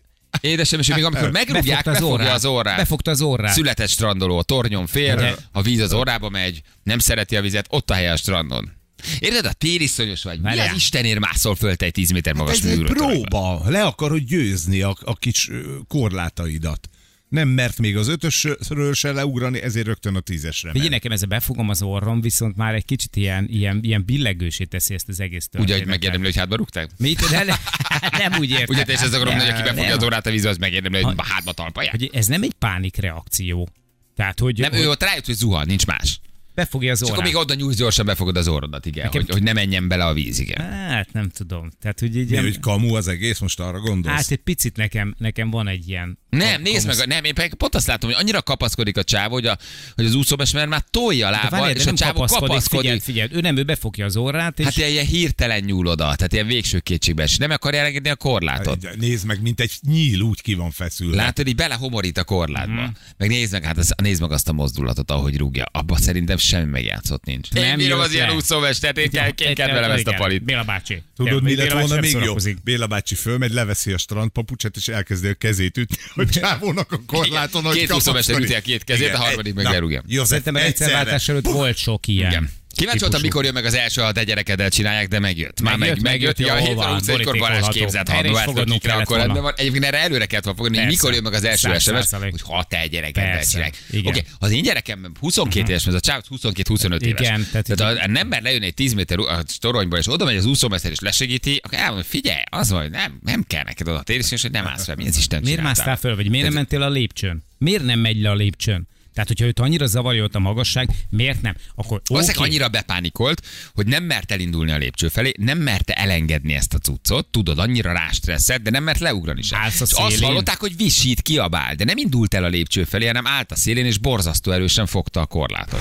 Speaker 2: Édesem, és még amikor megrúgják, befogja az orrát.
Speaker 4: Befogta az orrát.
Speaker 2: Született strandoló, a tornyon fél,
Speaker 4: De-
Speaker 2: a víz az orrába megy, nem szereti a vizet, ott a helye a strandon. Érted, a tériszonyos vagy. Mi
Speaker 4: Várjál.
Speaker 2: az Istenért mászol föl te egy tíz méter magas
Speaker 3: Ez egy
Speaker 2: műűrőtoronyba?
Speaker 3: próba. Le akarod győzni a, a kis ö, korlátaidat. Nem mert még az ötösről se leugrani, ezért rögtön a tízesre
Speaker 4: Figyelj,
Speaker 3: ment.
Speaker 4: nekem ezzel befogom az orrom, viszont már egy kicsit ilyen, ilyen, ilyen billegősé teszi ezt az egész
Speaker 2: Ugye, hogy
Speaker 4: történetet.
Speaker 2: megérdemli, hogy hátba rúgták?
Speaker 4: Mit? De ne, nem úgy értem.
Speaker 2: Ugye, te is ezt akarom, hogy aki befogja
Speaker 4: Nem.
Speaker 2: az orrát a vízbe, az megérdemli, hogy
Speaker 4: Ha-
Speaker 2: hátba talpalják.
Speaker 4: Hogy ez nem egy pánikreakció. Tehát, hogy,
Speaker 2: Nem,
Speaker 4: hogy
Speaker 2: ő ott rájött, hogy zuhan, nincs más.
Speaker 4: befogja az
Speaker 2: És akkor
Speaker 4: orrát.
Speaker 2: még oda nyúlsz gyorsan, befogod az orrodat, igen,
Speaker 4: Nekem-
Speaker 2: hogy, hogy ne menjen bele a víz, igen.
Speaker 4: Hát nem tudom. Tehát, hogy így
Speaker 3: Mi, hogy kamu az egész, most arra gondolsz?
Speaker 4: hát egy picit nekem, nekem van egy ilyen...
Speaker 2: Nem, nézd meg, a- nem, én pedig pont azt látom, hogy annyira kapaszkodik a csávó, hogy, a, hogy az úszómester már tolja a
Speaker 4: De
Speaker 2: lábbal,
Speaker 4: várjál, de
Speaker 2: és a
Speaker 4: nem
Speaker 2: csávó
Speaker 4: kapaszkodik,
Speaker 2: kapaszkodik.
Speaker 4: figyeld, figyeld, ő nem, ő befogja az orrát, és
Speaker 2: Hát ilyen, ilyen hirtelen nyúl oda, tehát ilyen végső kétségbe esik. Nem akarja elengedni a korlátot.
Speaker 3: Nézd meg, mint egy nyíl úgy ki van feszülve.
Speaker 2: Látod, így belehomorít a korlátba.
Speaker 4: Mhm.
Speaker 2: Meg nézd meg, hát az, nézd meg azt a mozdulatot, ahogy rúgja. Abba szerintem semmi megjátszott nincs. Én
Speaker 4: Nem
Speaker 2: bírom
Speaker 4: jött
Speaker 2: az ilyen
Speaker 4: le.
Speaker 2: úszómestert, én kell, én kell velem ezt a
Speaker 4: Igen,
Speaker 2: palit.
Speaker 4: Béla bácsi.
Speaker 3: Tudod, mi
Speaker 4: Béla
Speaker 3: lett
Speaker 4: bácsi
Speaker 3: volna
Speaker 4: nem
Speaker 3: még jobb?
Speaker 4: szórakozik.
Speaker 3: Béla bácsi fölmegy, leveszi a strandpapucsát, és elkezdi a kezét ütni, hogy csávónak a korláton, hogy
Speaker 2: Két úszómester üti a két kezét,
Speaker 3: Igen,
Speaker 2: a harmadik meg
Speaker 3: na,
Speaker 2: lerúgja.
Speaker 3: Jó,
Speaker 4: Szerintem
Speaker 3: egyszerre.
Speaker 4: rendszerváltás előtt volt sok ilyen.
Speaker 2: Igen. Kíváncsi voltam,
Speaker 4: típusú.
Speaker 2: mikor jön meg az első, ha a te gyerekeddel csinálják, de megjött. Már
Speaker 4: Megjött,
Speaker 2: meg, megjött.
Speaker 4: megjött,
Speaker 2: Ja,
Speaker 4: jó,
Speaker 2: hétfőn
Speaker 4: van,
Speaker 2: utcainkor Balázs
Speaker 4: borítékolható.
Speaker 2: képzett, ha
Speaker 4: Erre is
Speaker 2: Novárt
Speaker 4: fogadnunk
Speaker 2: kikre,
Speaker 4: kellett
Speaker 2: akkor
Speaker 4: volna.
Speaker 2: rendben van. Egyébként erre előre kellett volna fogadni, hogy
Speaker 4: Persze.
Speaker 2: mikor jön meg az első
Speaker 4: Száz
Speaker 2: es em es,
Speaker 4: százalék.
Speaker 2: hogy ha te gyerekeddel
Speaker 4: Persze.
Speaker 2: csinálják.
Speaker 4: Igen.
Speaker 2: Oké, az én gyerekem huszonkét éves, ez a csáv huszonkettő-huszonöt éves.
Speaker 4: Igen, tehát-
Speaker 2: Tehát ha nem mer lejönni egy tíz méter a toronyból, és oda megy az úszómester és lesegíti, akkor elmondom, figyelj, az vagy, nem, nem kell neked oda térni, hogy nem állsz fel, mi az Isten
Speaker 4: Miért
Speaker 2: csináltál?
Speaker 4: másztál föl, vagy miért nem mentél a lépcsőn? Miért nem megy le a lépcsőn? Tehát, hogyha őt annyira zavarja ott a magasság, miért nem? Akkor
Speaker 2: Valószínűleg
Speaker 4: oké.
Speaker 2: annyira bepánikolt, hogy nem mert elindulni a lépcső felé, nem merte elengedni ezt a cuccot, tudod, annyira rástresszett, de nem mert leugrani sem.
Speaker 4: Állsz a
Speaker 2: És azt
Speaker 4: szélén.
Speaker 2: hallották, hogy visít, kiabál, de nem indult el a lépcső felé, hanem állt a szélén, és borzasztó erősen fogta a korlátot.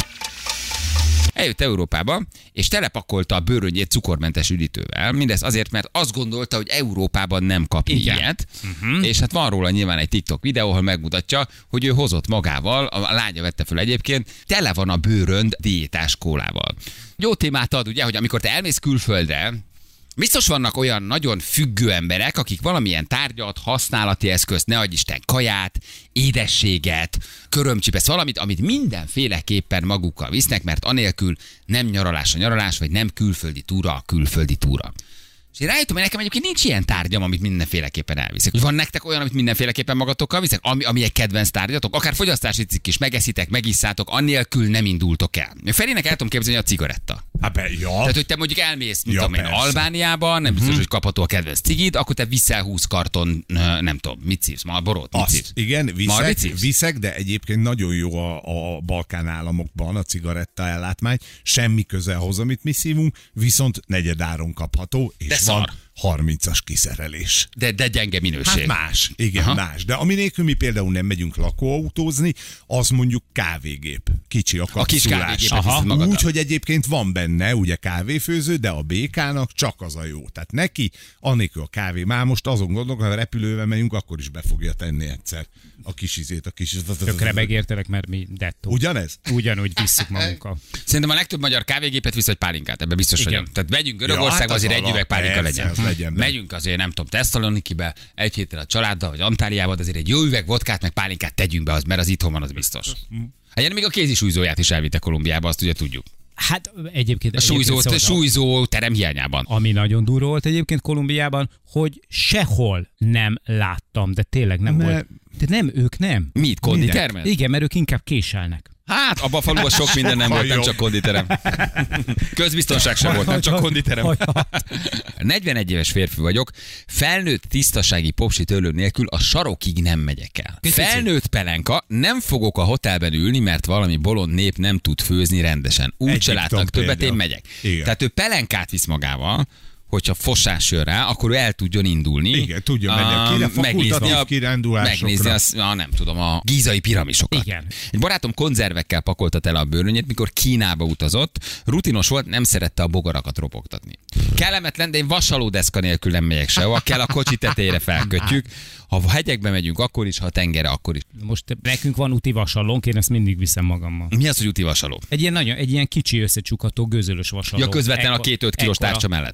Speaker 2: Eljött Európába, és telepakolta a bőröngyét cukormentes üdítővel. Mindez azért, mert azt gondolta, hogy Európában nem kap
Speaker 4: Igen.
Speaker 2: ilyet. Uh-huh. És hát van róla nyilván egy TikTok videó, ahol megmutatja, hogy ő hozott magával, a lánya vette fel egyébként, tele van a bőrönd diétás kólával. Jó témát ad, ugye, hogy amikor te elmész külföldre, biztos vannak olyan nagyon függő emberek, akik valamilyen tárgyat, használati eszközt, ne adj Isten, kaját, édességet, körömcsipesz, valamit, amit mindenféleképpen magukkal visznek, mert anélkül nem nyaralás a nyaralás, vagy nem külföldi túra a külföldi túra. És én rájöttem, hogy nekem egyébként nincs ilyen tárgyam, amit mindenféleképpen elviszek. Van nektek olyan, amit mindenféleképpen magatokkal viszek, ami, ami egy kedvenc tárgyatok? Akár fogyasztási cikk is, megeszitek, megisszátok, annélkül nem indultok el. Felének el tudom képzelni, hogy a cigaretta.
Speaker 3: Hát be, ja.
Speaker 2: Tehát, hogy te mondjuk elmész, mint
Speaker 3: Ja,
Speaker 2: ja, tudom én,
Speaker 3: persze.
Speaker 2: Albániában, nem biztos, hogy kapható a kedvenc cigid, akkor te viszel húsz karton, ö, nem tudom, mit szívsz, Marlborot, mit
Speaker 3: Azt,
Speaker 2: szívsz?
Speaker 3: igen,
Speaker 2: Margit
Speaker 3: viszek,
Speaker 2: szívsz?
Speaker 3: viszek, de egyébként nagyon jó a, a Balkán államokban a cigaretta ellátmány, semmi köze ahhoz, amit mi szívunk, viszont negyedáron kapható, és
Speaker 2: De
Speaker 3: van
Speaker 2: szar.
Speaker 3: harmincas kiszerelés.
Speaker 2: De, de gyenge minőség.
Speaker 3: Hát más, igen,
Speaker 2: Aha.
Speaker 3: Aha. más. De ami nélkül mi például nem megyünk lakóautózni, az mondjuk kávégép. Kicsi a
Speaker 2: A kis
Speaker 3: kapszulás.
Speaker 2: kávégépet
Speaker 3: Aha.
Speaker 2: viszed magaddal.
Speaker 3: Úgy, hogy egyébként van benne ugye kávéfőző, de a békának csak az a jó. Tehát neki, anélkül a kávé. Már most azon gondolok, ha repülővel megyünk, akkor is be fogja tenni egyszer a kis izét, a kis...
Speaker 4: Tökre megértelek, mert mi dettó.
Speaker 3: Ugyanez?
Speaker 4: Ugyanúgy visszük magunkkal.
Speaker 2: Szerintem a legtöbb magyar kávégépet visz, hogy pálinkát, ebben biztos
Speaker 4: Igen.
Speaker 2: vagyok. Tehát megyünk
Speaker 3: Ja,
Speaker 2: Görögországba,
Speaker 3: hát az
Speaker 2: azért egy
Speaker 3: alap,
Speaker 2: üveg pálinka
Speaker 3: persze,
Speaker 2: legyen.
Speaker 3: az legyen benne.
Speaker 2: Megyünk azért, nem tudom, Tesszalonikibe, egy héttel a családdal, vagy Antáliába, de azért egy jó üveg vodkát, meg pálinkát tegyünk be, az, mert az itthon van, az biztos. Hát még a kézisúlyzóját is elvitte Kolumbiába, azt ugye tudjuk.
Speaker 4: Hát egyébként...
Speaker 2: A súlyzó,
Speaker 4: egyébként szóval-
Speaker 2: súlyzó terem hiányában.
Speaker 4: Ami nagyon durva volt egyébként Kolumbiában, hogy sehol nem láttam, de tényleg nem
Speaker 3: Ne-
Speaker 4: volt. De nem, ők nem.
Speaker 2: Mit, konditermet?
Speaker 4: Igen, mert ők inkább késelnek.
Speaker 2: Hát, abban a faluban sok minden nem volt, nem
Speaker 3: Jó.
Speaker 2: csak konditerem. Közbiztonság sem volt, nem csak konditerem. negyvenegy éves férfi vagyok, felnőtt tisztasági popsi törlő nélkül a sarokig nem megyek el. Felnőtt pelenka, nem fogok a hotelben ülni, mert valami bolond nép nem tud főzni rendesen. Úgy se
Speaker 3: Egyiptom
Speaker 2: látnak többet,
Speaker 3: példa.
Speaker 2: én megyek.
Speaker 3: Igen.
Speaker 2: Tehát ő pelenkát visz magával, hogyha fosás jön rá, akkor ő el tudjon indulni.
Speaker 3: Igen, tudjon menni a
Speaker 2: Ah,
Speaker 3: kire-
Speaker 2: megnézni
Speaker 3: fakultatív
Speaker 2: a-
Speaker 3: kirándulásokra.
Speaker 2: Megnézni azt, ah, nem tudom, a gízai piramisokat.
Speaker 4: Igen.
Speaker 2: Egy barátom konzervekkel pakolta tele a bőrönyét, mikor Kínába utazott. Rutinos volt, nem szerette a bogarakat ropogtatni. Kellemetlen, de én vasalódeszka nélkül nem megyek sehova, kell a kocsi tetejére felkötjük. Ha a hegyekbe megyünk, akkor is, ha a tengerre, akkor is.
Speaker 4: Most nekünk van úti vasallónk, én ezt mindig viszem magammal.
Speaker 2: Mi az, hogy úti vasaló?
Speaker 4: Egy ilyen, nagyon, egy ilyen kicsi összecsukható gőzölös vasalló.
Speaker 2: Ja, közvetlen a
Speaker 4: Ekkor-
Speaker 2: két öt kilós
Speaker 4: ekkora.
Speaker 2: tárcsa mellett.
Speaker 4: Igen.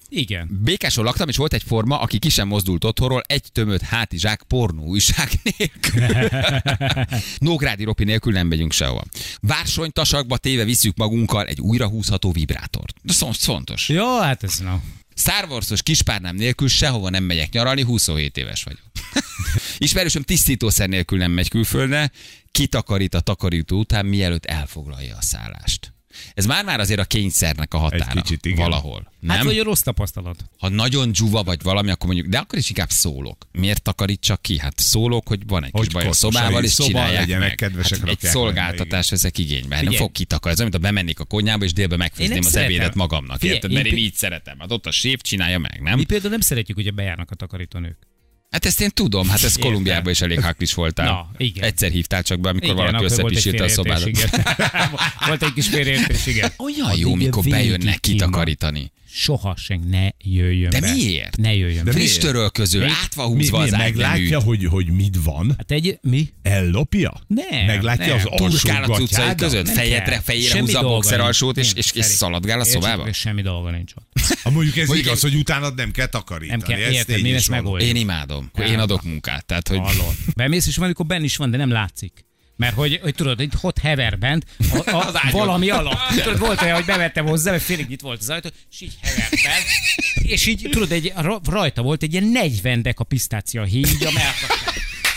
Speaker 2: Békáson laktam, és volt egy forma, aki ki sem mozdult otthonról, egy tömött hátizsák pornó újság nélkül. Nógrádi Ropi nélkül nem megyünk sehova. Vársonytasakba téve visszük magunkkal egy újrahúzható vibrátort. Ez fontos.
Speaker 4: Jó, hát ez na.
Speaker 2: Star Wars-os kispárnám nélkül sehova nem megyek nyaralni, huszonhét éves vagyok. Ismerősöm tisztítószer nélkül nem megy külföldre, kitakarít a takarító után, mielőtt elfoglalja a szállást. Ez már-már azért a kényszernek a határa.
Speaker 3: Egy kicsit, igen.
Speaker 2: Valahol. Nem?
Speaker 4: Hát vagy a rossz tapasztalat.
Speaker 2: Ha nagyon dzsuva vagy valami, akkor mondjuk, de akkor is inkább szólok. Miért takarítsak ki? Hát szólok, hogy van egy kis
Speaker 3: Hogy
Speaker 2: baj a szobával, és
Speaker 3: szoba
Speaker 2: csinálják
Speaker 3: legyenek,
Speaker 2: meg.
Speaker 3: kedvesek,
Speaker 2: Hát egy
Speaker 3: rakják
Speaker 2: szolgáltatás veszek igénybe. Hát nem
Speaker 4: Figyelj.
Speaker 2: fog kitakarni. Ez olyan, mint ha bemennék a konyhába, és délben megfőzném
Speaker 4: Én
Speaker 2: az
Speaker 4: nem
Speaker 2: ebédet
Speaker 4: szeretem.
Speaker 2: magamnak.
Speaker 4: Figyelj,
Speaker 2: Érted? Mert
Speaker 4: én
Speaker 2: én
Speaker 4: pi-
Speaker 2: így szeretem. Hát ott a séf csinálja meg, nem?
Speaker 4: Mi például nem szeretjük, hogy bejárnak a takarítónők.
Speaker 2: Hát ezt én tudom, hát ez
Speaker 4: Értem.
Speaker 2: Kolumbiában is elég haklis voltál.
Speaker 4: Na, igen.
Speaker 2: Egyszer hívtál csak be, amikor
Speaker 4: Igen,
Speaker 2: valaki
Speaker 4: akkor volt egy
Speaker 2: összepisílte a szobádat.
Speaker 4: félreértés, igen. Volt egy kis félreértés, igen.
Speaker 2: Olyan jó,
Speaker 4: Addig
Speaker 2: mikor
Speaker 4: végig
Speaker 2: bejönnek
Speaker 4: kín van.
Speaker 2: kitakarítani.
Speaker 4: Soha sen ne jöjjön
Speaker 2: De
Speaker 4: be.
Speaker 2: miért?
Speaker 4: Ne jöjjön
Speaker 3: De
Speaker 4: be.
Speaker 2: Friss
Speaker 3: miért?
Speaker 2: törölköző,
Speaker 4: Mi?
Speaker 2: átva
Speaker 3: Mi,
Speaker 2: húzva
Speaker 3: mi,
Speaker 2: az
Speaker 3: meglátja,
Speaker 2: ágynemű.
Speaker 3: hogy, hogy mit van?
Speaker 4: Hát egy, mi?
Speaker 3: Ellopja?
Speaker 4: Nem,
Speaker 3: Meglátja
Speaker 4: nem.
Speaker 3: az alsó
Speaker 2: Turkál a cuccai
Speaker 3: gatyádat?
Speaker 2: között,
Speaker 4: Nem
Speaker 2: fejedre,
Speaker 4: kell.
Speaker 2: fejére
Speaker 4: Semmi
Speaker 2: húzza a
Speaker 4: dolga
Speaker 2: boxer
Speaker 4: nincs.
Speaker 2: alsót, és,
Speaker 4: Nincs,
Speaker 2: és, és
Speaker 4: Feri.
Speaker 2: szaladgál a
Speaker 4: Értsd,
Speaker 2: szobába?
Speaker 4: hogy semmi dolga nincs ott.
Speaker 3: Ha mondjuk ez
Speaker 2: Mondjuk
Speaker 3: igaz,
Speaker 2: én-
Speaker 3: hogy utánad nem kell takarítani.
Speaker 4: Nem kell,
Speaker 3: Ez
Speaker 4: érted,
Speaker 3: tény
Speaker 4: mi
Speaker 3: is
Speaker 4: ezt
Speaker 3: való.
Speaker 4: megoldjuk.
Speaker 2: Én imádom. Akkor én
Speaker 4: Nem.
Speaker 2: adok munkát. Tehát, hogy
Speaker 4: Hallod. Bemész, és van, amikor benn is van, de nem látszik. Mert hogy, hogy tudod, hogy ott hever bent, a, a,
Speaker 2: Az ágyon.
Speaker 4: valami alatt. Tudod, volt olyan, hogy bevettem hozzá, mert félig itt volt az ajtó, és így hever bent. És így, tudod, egy, ra- rajta volt egy ilyen negyven deka pisztácia héj, így a melkasán.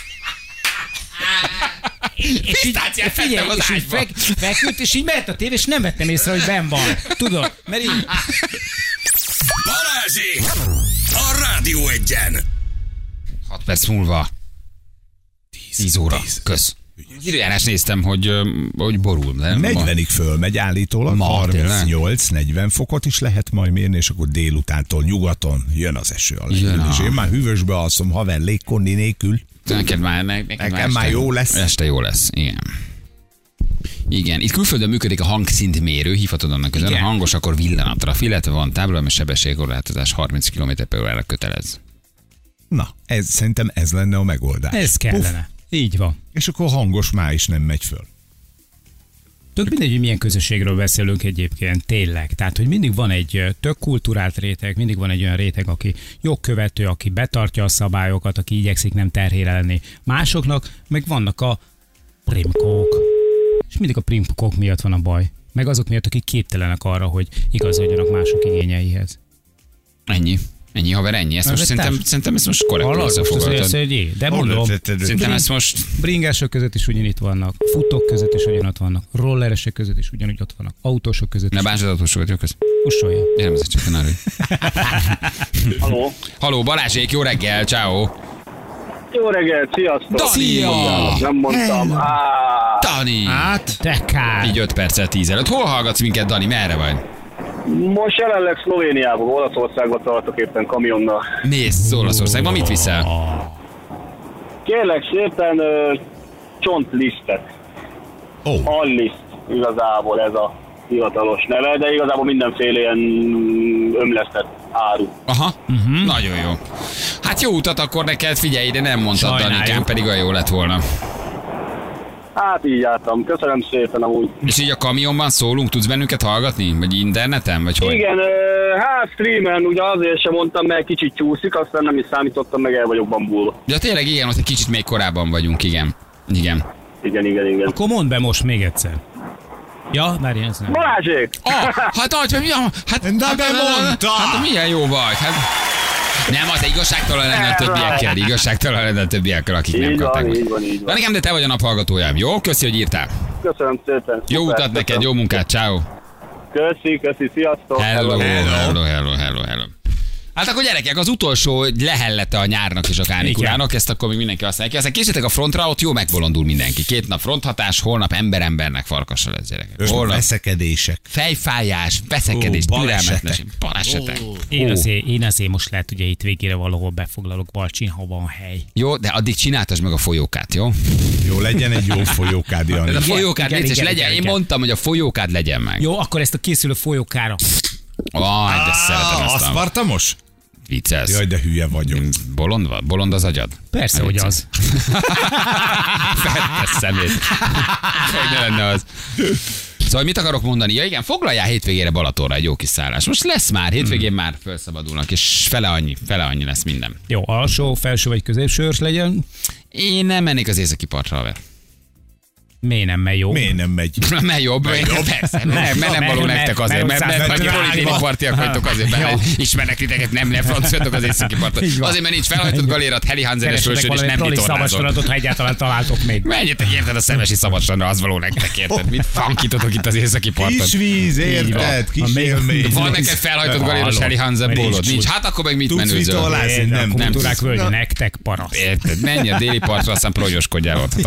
Speaker 4: És így,
Speaker 2: Pisztáciát
Speaker 4: figyelj,
Speaker 2: tettem az
Speaker 4: és így
Speaker 2: ágyba.
Speaker 4: fek, feküdt, és így ment a tévé, és nem vettem észre, hogy benn van. Tudod, mert így...
Speaker 1: Balázsék! A Rádió Egyen!
Speaker 2: hat perc múlva. tíz óra. Kösz. Az időjárás néztem, hogy, ö, hogy borul. De ma-
Speaker 3: negyvenig fölmegy állítólag,
Speaker 2: Ma,
Speaker 3: harmincnyolc-negyven fokot is lehet majd mérni, és akkor délutántól nyugaton jön az eső a
Speaker 2: Jön
Speaker 3: lendül. És
Speaker 2: a-
Speaker 3: én már hűvösbe alszom haver légkondi nélkül.
Speaker 2: Neked már, ne, neked
Speaker 3: Nekem már
Speaker 2: este-
Speaker 3: jó lesz.
Speaker 2: Este jó lesz, igen. Igen, itt külföldön működik a hangszintmérő, hívhatod annak közben.
Speaker 4: Igen.
Speaker 2: Ha hangos, akkor villanatra. Illetve van tábla, mert sebességkorlátozás harminc kilométer per órára kötelez.
Speaker 3: Na, ez, szerintem ez lenne a megoldás.
Speaker 4: Ez kellene. Így van.
Speaker 3: És akkor hangos már is nem megy föl.
Speaker 4: Tök mindegy, hogy milyen közösségről beszélünk egyébként, tényleg. Tehát, hogy mindig van egy ö, tök kulturált réteg, mindig van egy olyan réteg, aki jogkövető, aki betartja a szabályokat, aki igyekszik nem terhére lenni másoknak, meg vannak a primkók. És mindig a primkók miatt van a baj. Meg azok miatt, akik képtelenek arra, hogy igazodjanak mások igényeihez.
Speaker 2: Ennyi. Ennyi, haver, ennyi. Ezt
Speaker 4: Na,
Speaker 2: most
Speaker 4: de
Speaker 2: szerintem,
Speaker 4: társ-
Speaker 2: szerintem ezt most korrektül
Speaker 4: Hallod? Most az
Speaker 2: összefoglaltad.
Speaker 4: az, hogy jé, de mondom,
Speaker 2: Szerintem ezt most...
Speaker 4: bringások között is ugyanitt vannak, futók között is ugyanott vannak, rolleresek között is ugyanúgy ott vannak, autósok között
Speaker 2: Ne
Speaker 4: is.
Speaker 2: bánsd az autósokat, jó kösz.
Speaker 4: Ussolja.
Speaker 2: Érem, ez csak ne
Speaker 6: Haló.
Speaker 2: Haló, Balázsék, jó reggel, ciao.
Speaker 6: Jó reggelt, sziasztok!
Speaker 2: Szia!
Speaker 6: Nem mondtam. Á,
Speaker 2: Dani!
Speaker 3: Hát,
Speaker 4: Te kár.
Speaker 2: Így öt perccel tíz előtt. Hol hallgatsz minket, Dani? Merre vagy?
Speaker 6: most jelenleg Szlovéniában, Olaszországban tartok éppen kamionnal.
Speaker 2: Mész Olaszországban, mit viszel?
Speaker 6: Kérlek szépen ö, csontlisztet.
Speaker 3: ó,
Speaker 6: Alliszt igazából ez a hivatalos neve, de igazából mindenféle ilyen ömlesztett áru.
Speaker 2: Aha, uh-huh. Nagyon jó. Hát jó utat akkor neked, figyelj ide, nem mondtad,
Speaker 4: Sajnáljuk.
Speaker 2: Danikám, pedig olyan jó lett volna.
Speaker 6: Hát így jártam. Köszönöm szépen amúgy.
Speaker 2: És így a kamionban szólunk, tudsz bennünket hallgatni? Vagy interneten? Vagy hogy?
Speaker 6: Igen, ö, hát streamen ugye azért sem mondtam, mert kicsit csúszik, aztán nem is számítottam, meg el vagyok bambulva.
Speaker 2: De tényleg igen, ott egy kicsit még korábban vagyunk, igen. Igen.
Speaker 6: Igen, igen, igen.
Speaker 4: Akkor mondd be most még egyszer. Ja, már ilyen nem.
Speaker 6: Balázsék!
Speaker 2: Ah, hát ahogy, mi, hát,
Speaker 3: De
Speaker 2: hát,
Speaker 3: bemondta!
Speaker 2: Hát milyen jó vagy, hát... Nem, az igazságtalan lenne a többiekkel, igazságtalan lenne a többiekkel, akik nem
Speaker 6: Így
Speaker 2: kapták
Speaker 6: van,
Speaker 2: meg.
Speaker 6: így van, így
Speaker 2: Na
Speaker 6: van.
Speaker 2: nekem, de te vagy a naphallgatójám, jó? Köszi, hogy írtál.
Speaker 6: Köszönöm szépen.
Speaker 2: Jó
Speaker 6: Szuper,
Speaker 2: utat neked,
Speaker 6: köszönöm.
Speaker 2: jó munkát, ciao.
Speaker 6: Köszi, köszi, sziasztok.
Speaker 2: Hello,
Speaker 3: Hello.
Speaker 2: hello, hello, hello, hello. Hát akkor gyerekek, az utolsó lehellete a nyárnak és a kánikulának, ezt akkor még mindenki használja ki. Aztán készítek a frontra, ott jó megbolondul mindenki. Két nap fronthatás, holnap ember-embernek farkassal lesz, gyerekek. Holnap
Speaker 3: veszekedések.
Speaker 2: fejfájás, veszekedés,
Speaker 3: Ó,
Speaker 2: türelmetlenség,
Speaker 3: balesetek.
Speaker 2: balesetek.
Speaker 4: Én azért, én azért most lehet, ugye itt végére valahol befoglalok Balcsin, ha van hely.
Speaker 2: Jó, de addig csináltasd meg a folyókát, jó?
Speaker 3: Jó, legyen egy jó folyókád,
Speaker 2: De
Speaker 3: Jani.
Speaker 2: a
Speaker 4: Igen,
Speaker 2: folyókád
Speaker 4: igen,
Speaker 2: légy, és
Speaker 4: igen,
Speaker 2: legyen.
Speaker 4: igen,
Speaker 2: Én
Speaker 4: igen.
Speaker 2: mondtam, hogy a folyókád legyen meg.
Speaker 4: Jó, akkor ezt a készülő folyókára.
Speaker 2: Aj, de szeretem ezt a
Speaker 3: Aszpartamos?
Speaker 2: viccelsz.
Speaker 3: Jaj, de hülye vagyok.
Speaker 2: Bolond vagy? Bolond az agyad?
Speaker 4: Persze,
Speaker 2: Ne
Speaker 4: hogy
Speaker 2: viccelj.
Speaker 4: az.
Speaker 2: Fettes szemét. Hogy ne lenne az. Szóval mit akarok mondani? Ja igen, foglaljál hétvégére Balatonra egy jó kis szállás. Most lesz már, hétvégén hmm. már felszabadulnak, és fele annyi, fele annyi lesz minden.
Speaker 4: Jó, alsó, felső vagy középsős legyen.
Speaker 2: Én nem mennék az északi partra, haver.
Speaker 4: Miért nem megy jó?
Speaker 3: Miért nem megy?
Speaker 2: Mert jobb, jobb. Persze, nem, mert nem való nektek azért, mert, mert, mert, mert politikai partiak vagytok azért, mert ismernek titeket, nem lefranciatok az északi parton. Azért, mert nincs felhajtott galérat, Heli Hanzenes fölsőn, és nem vitorlázol.
Speaker 4: Szabadstrandot, ha egyáltalán találtok még.
Speaker 2: Menjetek érted a Szemesi szabadstrandra, az való nektek, érted? Mit fankítotok itt az északi parton?
Speaker 3: Kis víz, érted? Kis élmény.
Speaker 2: Van neked felhajtott galéros Heli Hanzen bólod? Nincs. Hát akkor meg mit menőzöl?
Speaker 3: Nem,
Speaker 4: nem kultúrák völgye, nektek paraszt.
Speaker 2: Érted? Menj a déli partra, aztán progyoskodjál ott.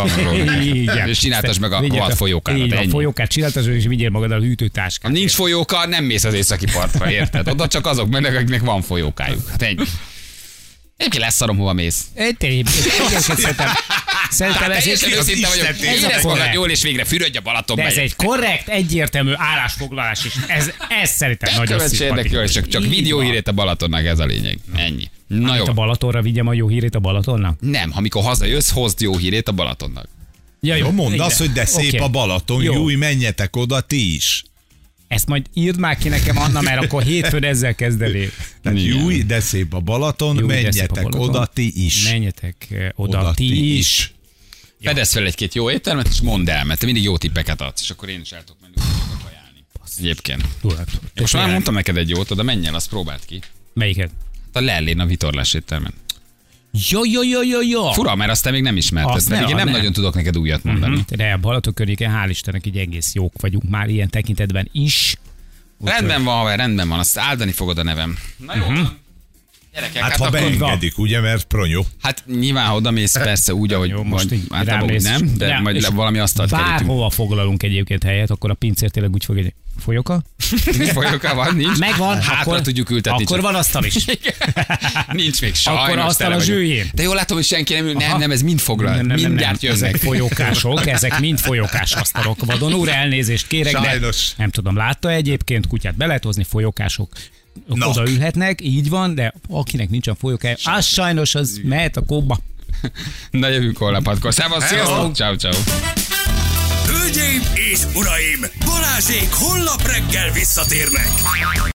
Speaker 2: És csináltasd meg a rohadt folyókádat.
Speaker 4: A folyókát csináltasd, és vigyél magaddal a hűtőtáskát.
Speaker 2: Ha nincs folyóka, nem mész az északi partra, érted? Oda csak azok mennek, akiknek van folyókájuk. Hát ennyi. Egyébként leszarom, hova mész.
Speaker 4: Egyébként szerintem. Szerintem ez
Speaker 2: teljesen őszinte vagyok. Érezd magad jól, és végre fürödj a Balatonba.
Speaker 4: De ez egy korrekt, egyértelmű állásfoglalás is. Ez, ez szerintem nagyon szimpatikus.
Speaker 2: Csak, csak vidd jó hírét a Balatonnak, ez a lényeg. Ennyi. Na jó.
Speaker 4: A Balatonra vigyem a jó hírét a Balatonnak?
Speaker 2: Nem, amikor hazajössz, hozd jó hírét a Balatonnak.
Speaker 4: Ja, jó,
Speaker 3: mondd azt, hogy de szép okay. a Balaton, jó. Júj, menjetek oda ti is.
Speaker 4: Ezt majd írd már ki nekem, Anna, mert akkor hétfőn ezzel kezdenél.
Speaker 3: Júj, de szép a Balaton, Júj, menjetek a Balaton. Oda ti is.
Speaker 4: Menjetek oda, oda ti, ti is. is.
Speaker 2: Fedezz fel egy-két jó éttermet, és mondd el, mert te mindig jó tippeket adsz, és akkor én is el tudok menni tudok ajánlni. Egyébként. Most már mondtam neked egy jót, oda menj el, azt próbáld ki.
Speaker 4: Melyiket?
Speaker 2: A Lellén a vitorlás éttermen.
Speaker 4: Jó, jó, jó, jó, jó.
Speaker 2: Fura, mert azt te még nem ismerted, azt pedig ne, én nem, nem nagyon tudok neked újat mondani. Uh-huh.
Speaker 4: De a Balaton környéken, hál' Istennek, így egész jók vagyunk már ilyen tekintetben is.
Speaker 2: Úgy rendben van, haver, rendben van, azt áldani fogod a nevem. Na jó, uh-huh. Gyerekek,
Speaker 3: hát, hát ha beengedik, ugye, mert pronyó.
Speaker 2: Hát nyilván oda mész persze úgy, ahogy
Speaker 4: jó, most így
Speaker 2: általában úgy nem, de ja, majd valami asztalt kerítünk.
Speaker 4: Bárhova foglalunk egyébként helyet, akkor a pincér tényleg úgy fog, hogy folyoka?
Speaker 2: Folyoka van, nincs?
Speaker 4: Megvan,
Speaker 2: hátra
Speaker 4: akkor,
Speaker 2: tudjuk ültetni.
Speaker 4: Akkor csak. Van asztal is.
Speaker 2: Nincs még sajnos.
Speaker 4: Akkor asztal a zsűjén.
Speaker 2: De jól látom, hogy senki nem ül. Nem, nem, ez mind foglal. Nem, nem, mindjárt
Speaker 4: nem, nem. Ezek folyókások, ezek mind folyókás asztalok. Vadon úr, elnézést kérek, sajnos. De nem tudom, látta egyébként, kutyát be lehet hozni, folyókások. No. Oda ülhetnek, így van, de akinek nincsen folyókája, az sajnos az mehet a kóba.
Speaker 2: Na jövünk holnap hatkor. Szevasz, sziasztok! Ciao, ciao.
Speaker 1: Hölgyeim és uraim, Balázsék holnap reggel visszatérnek.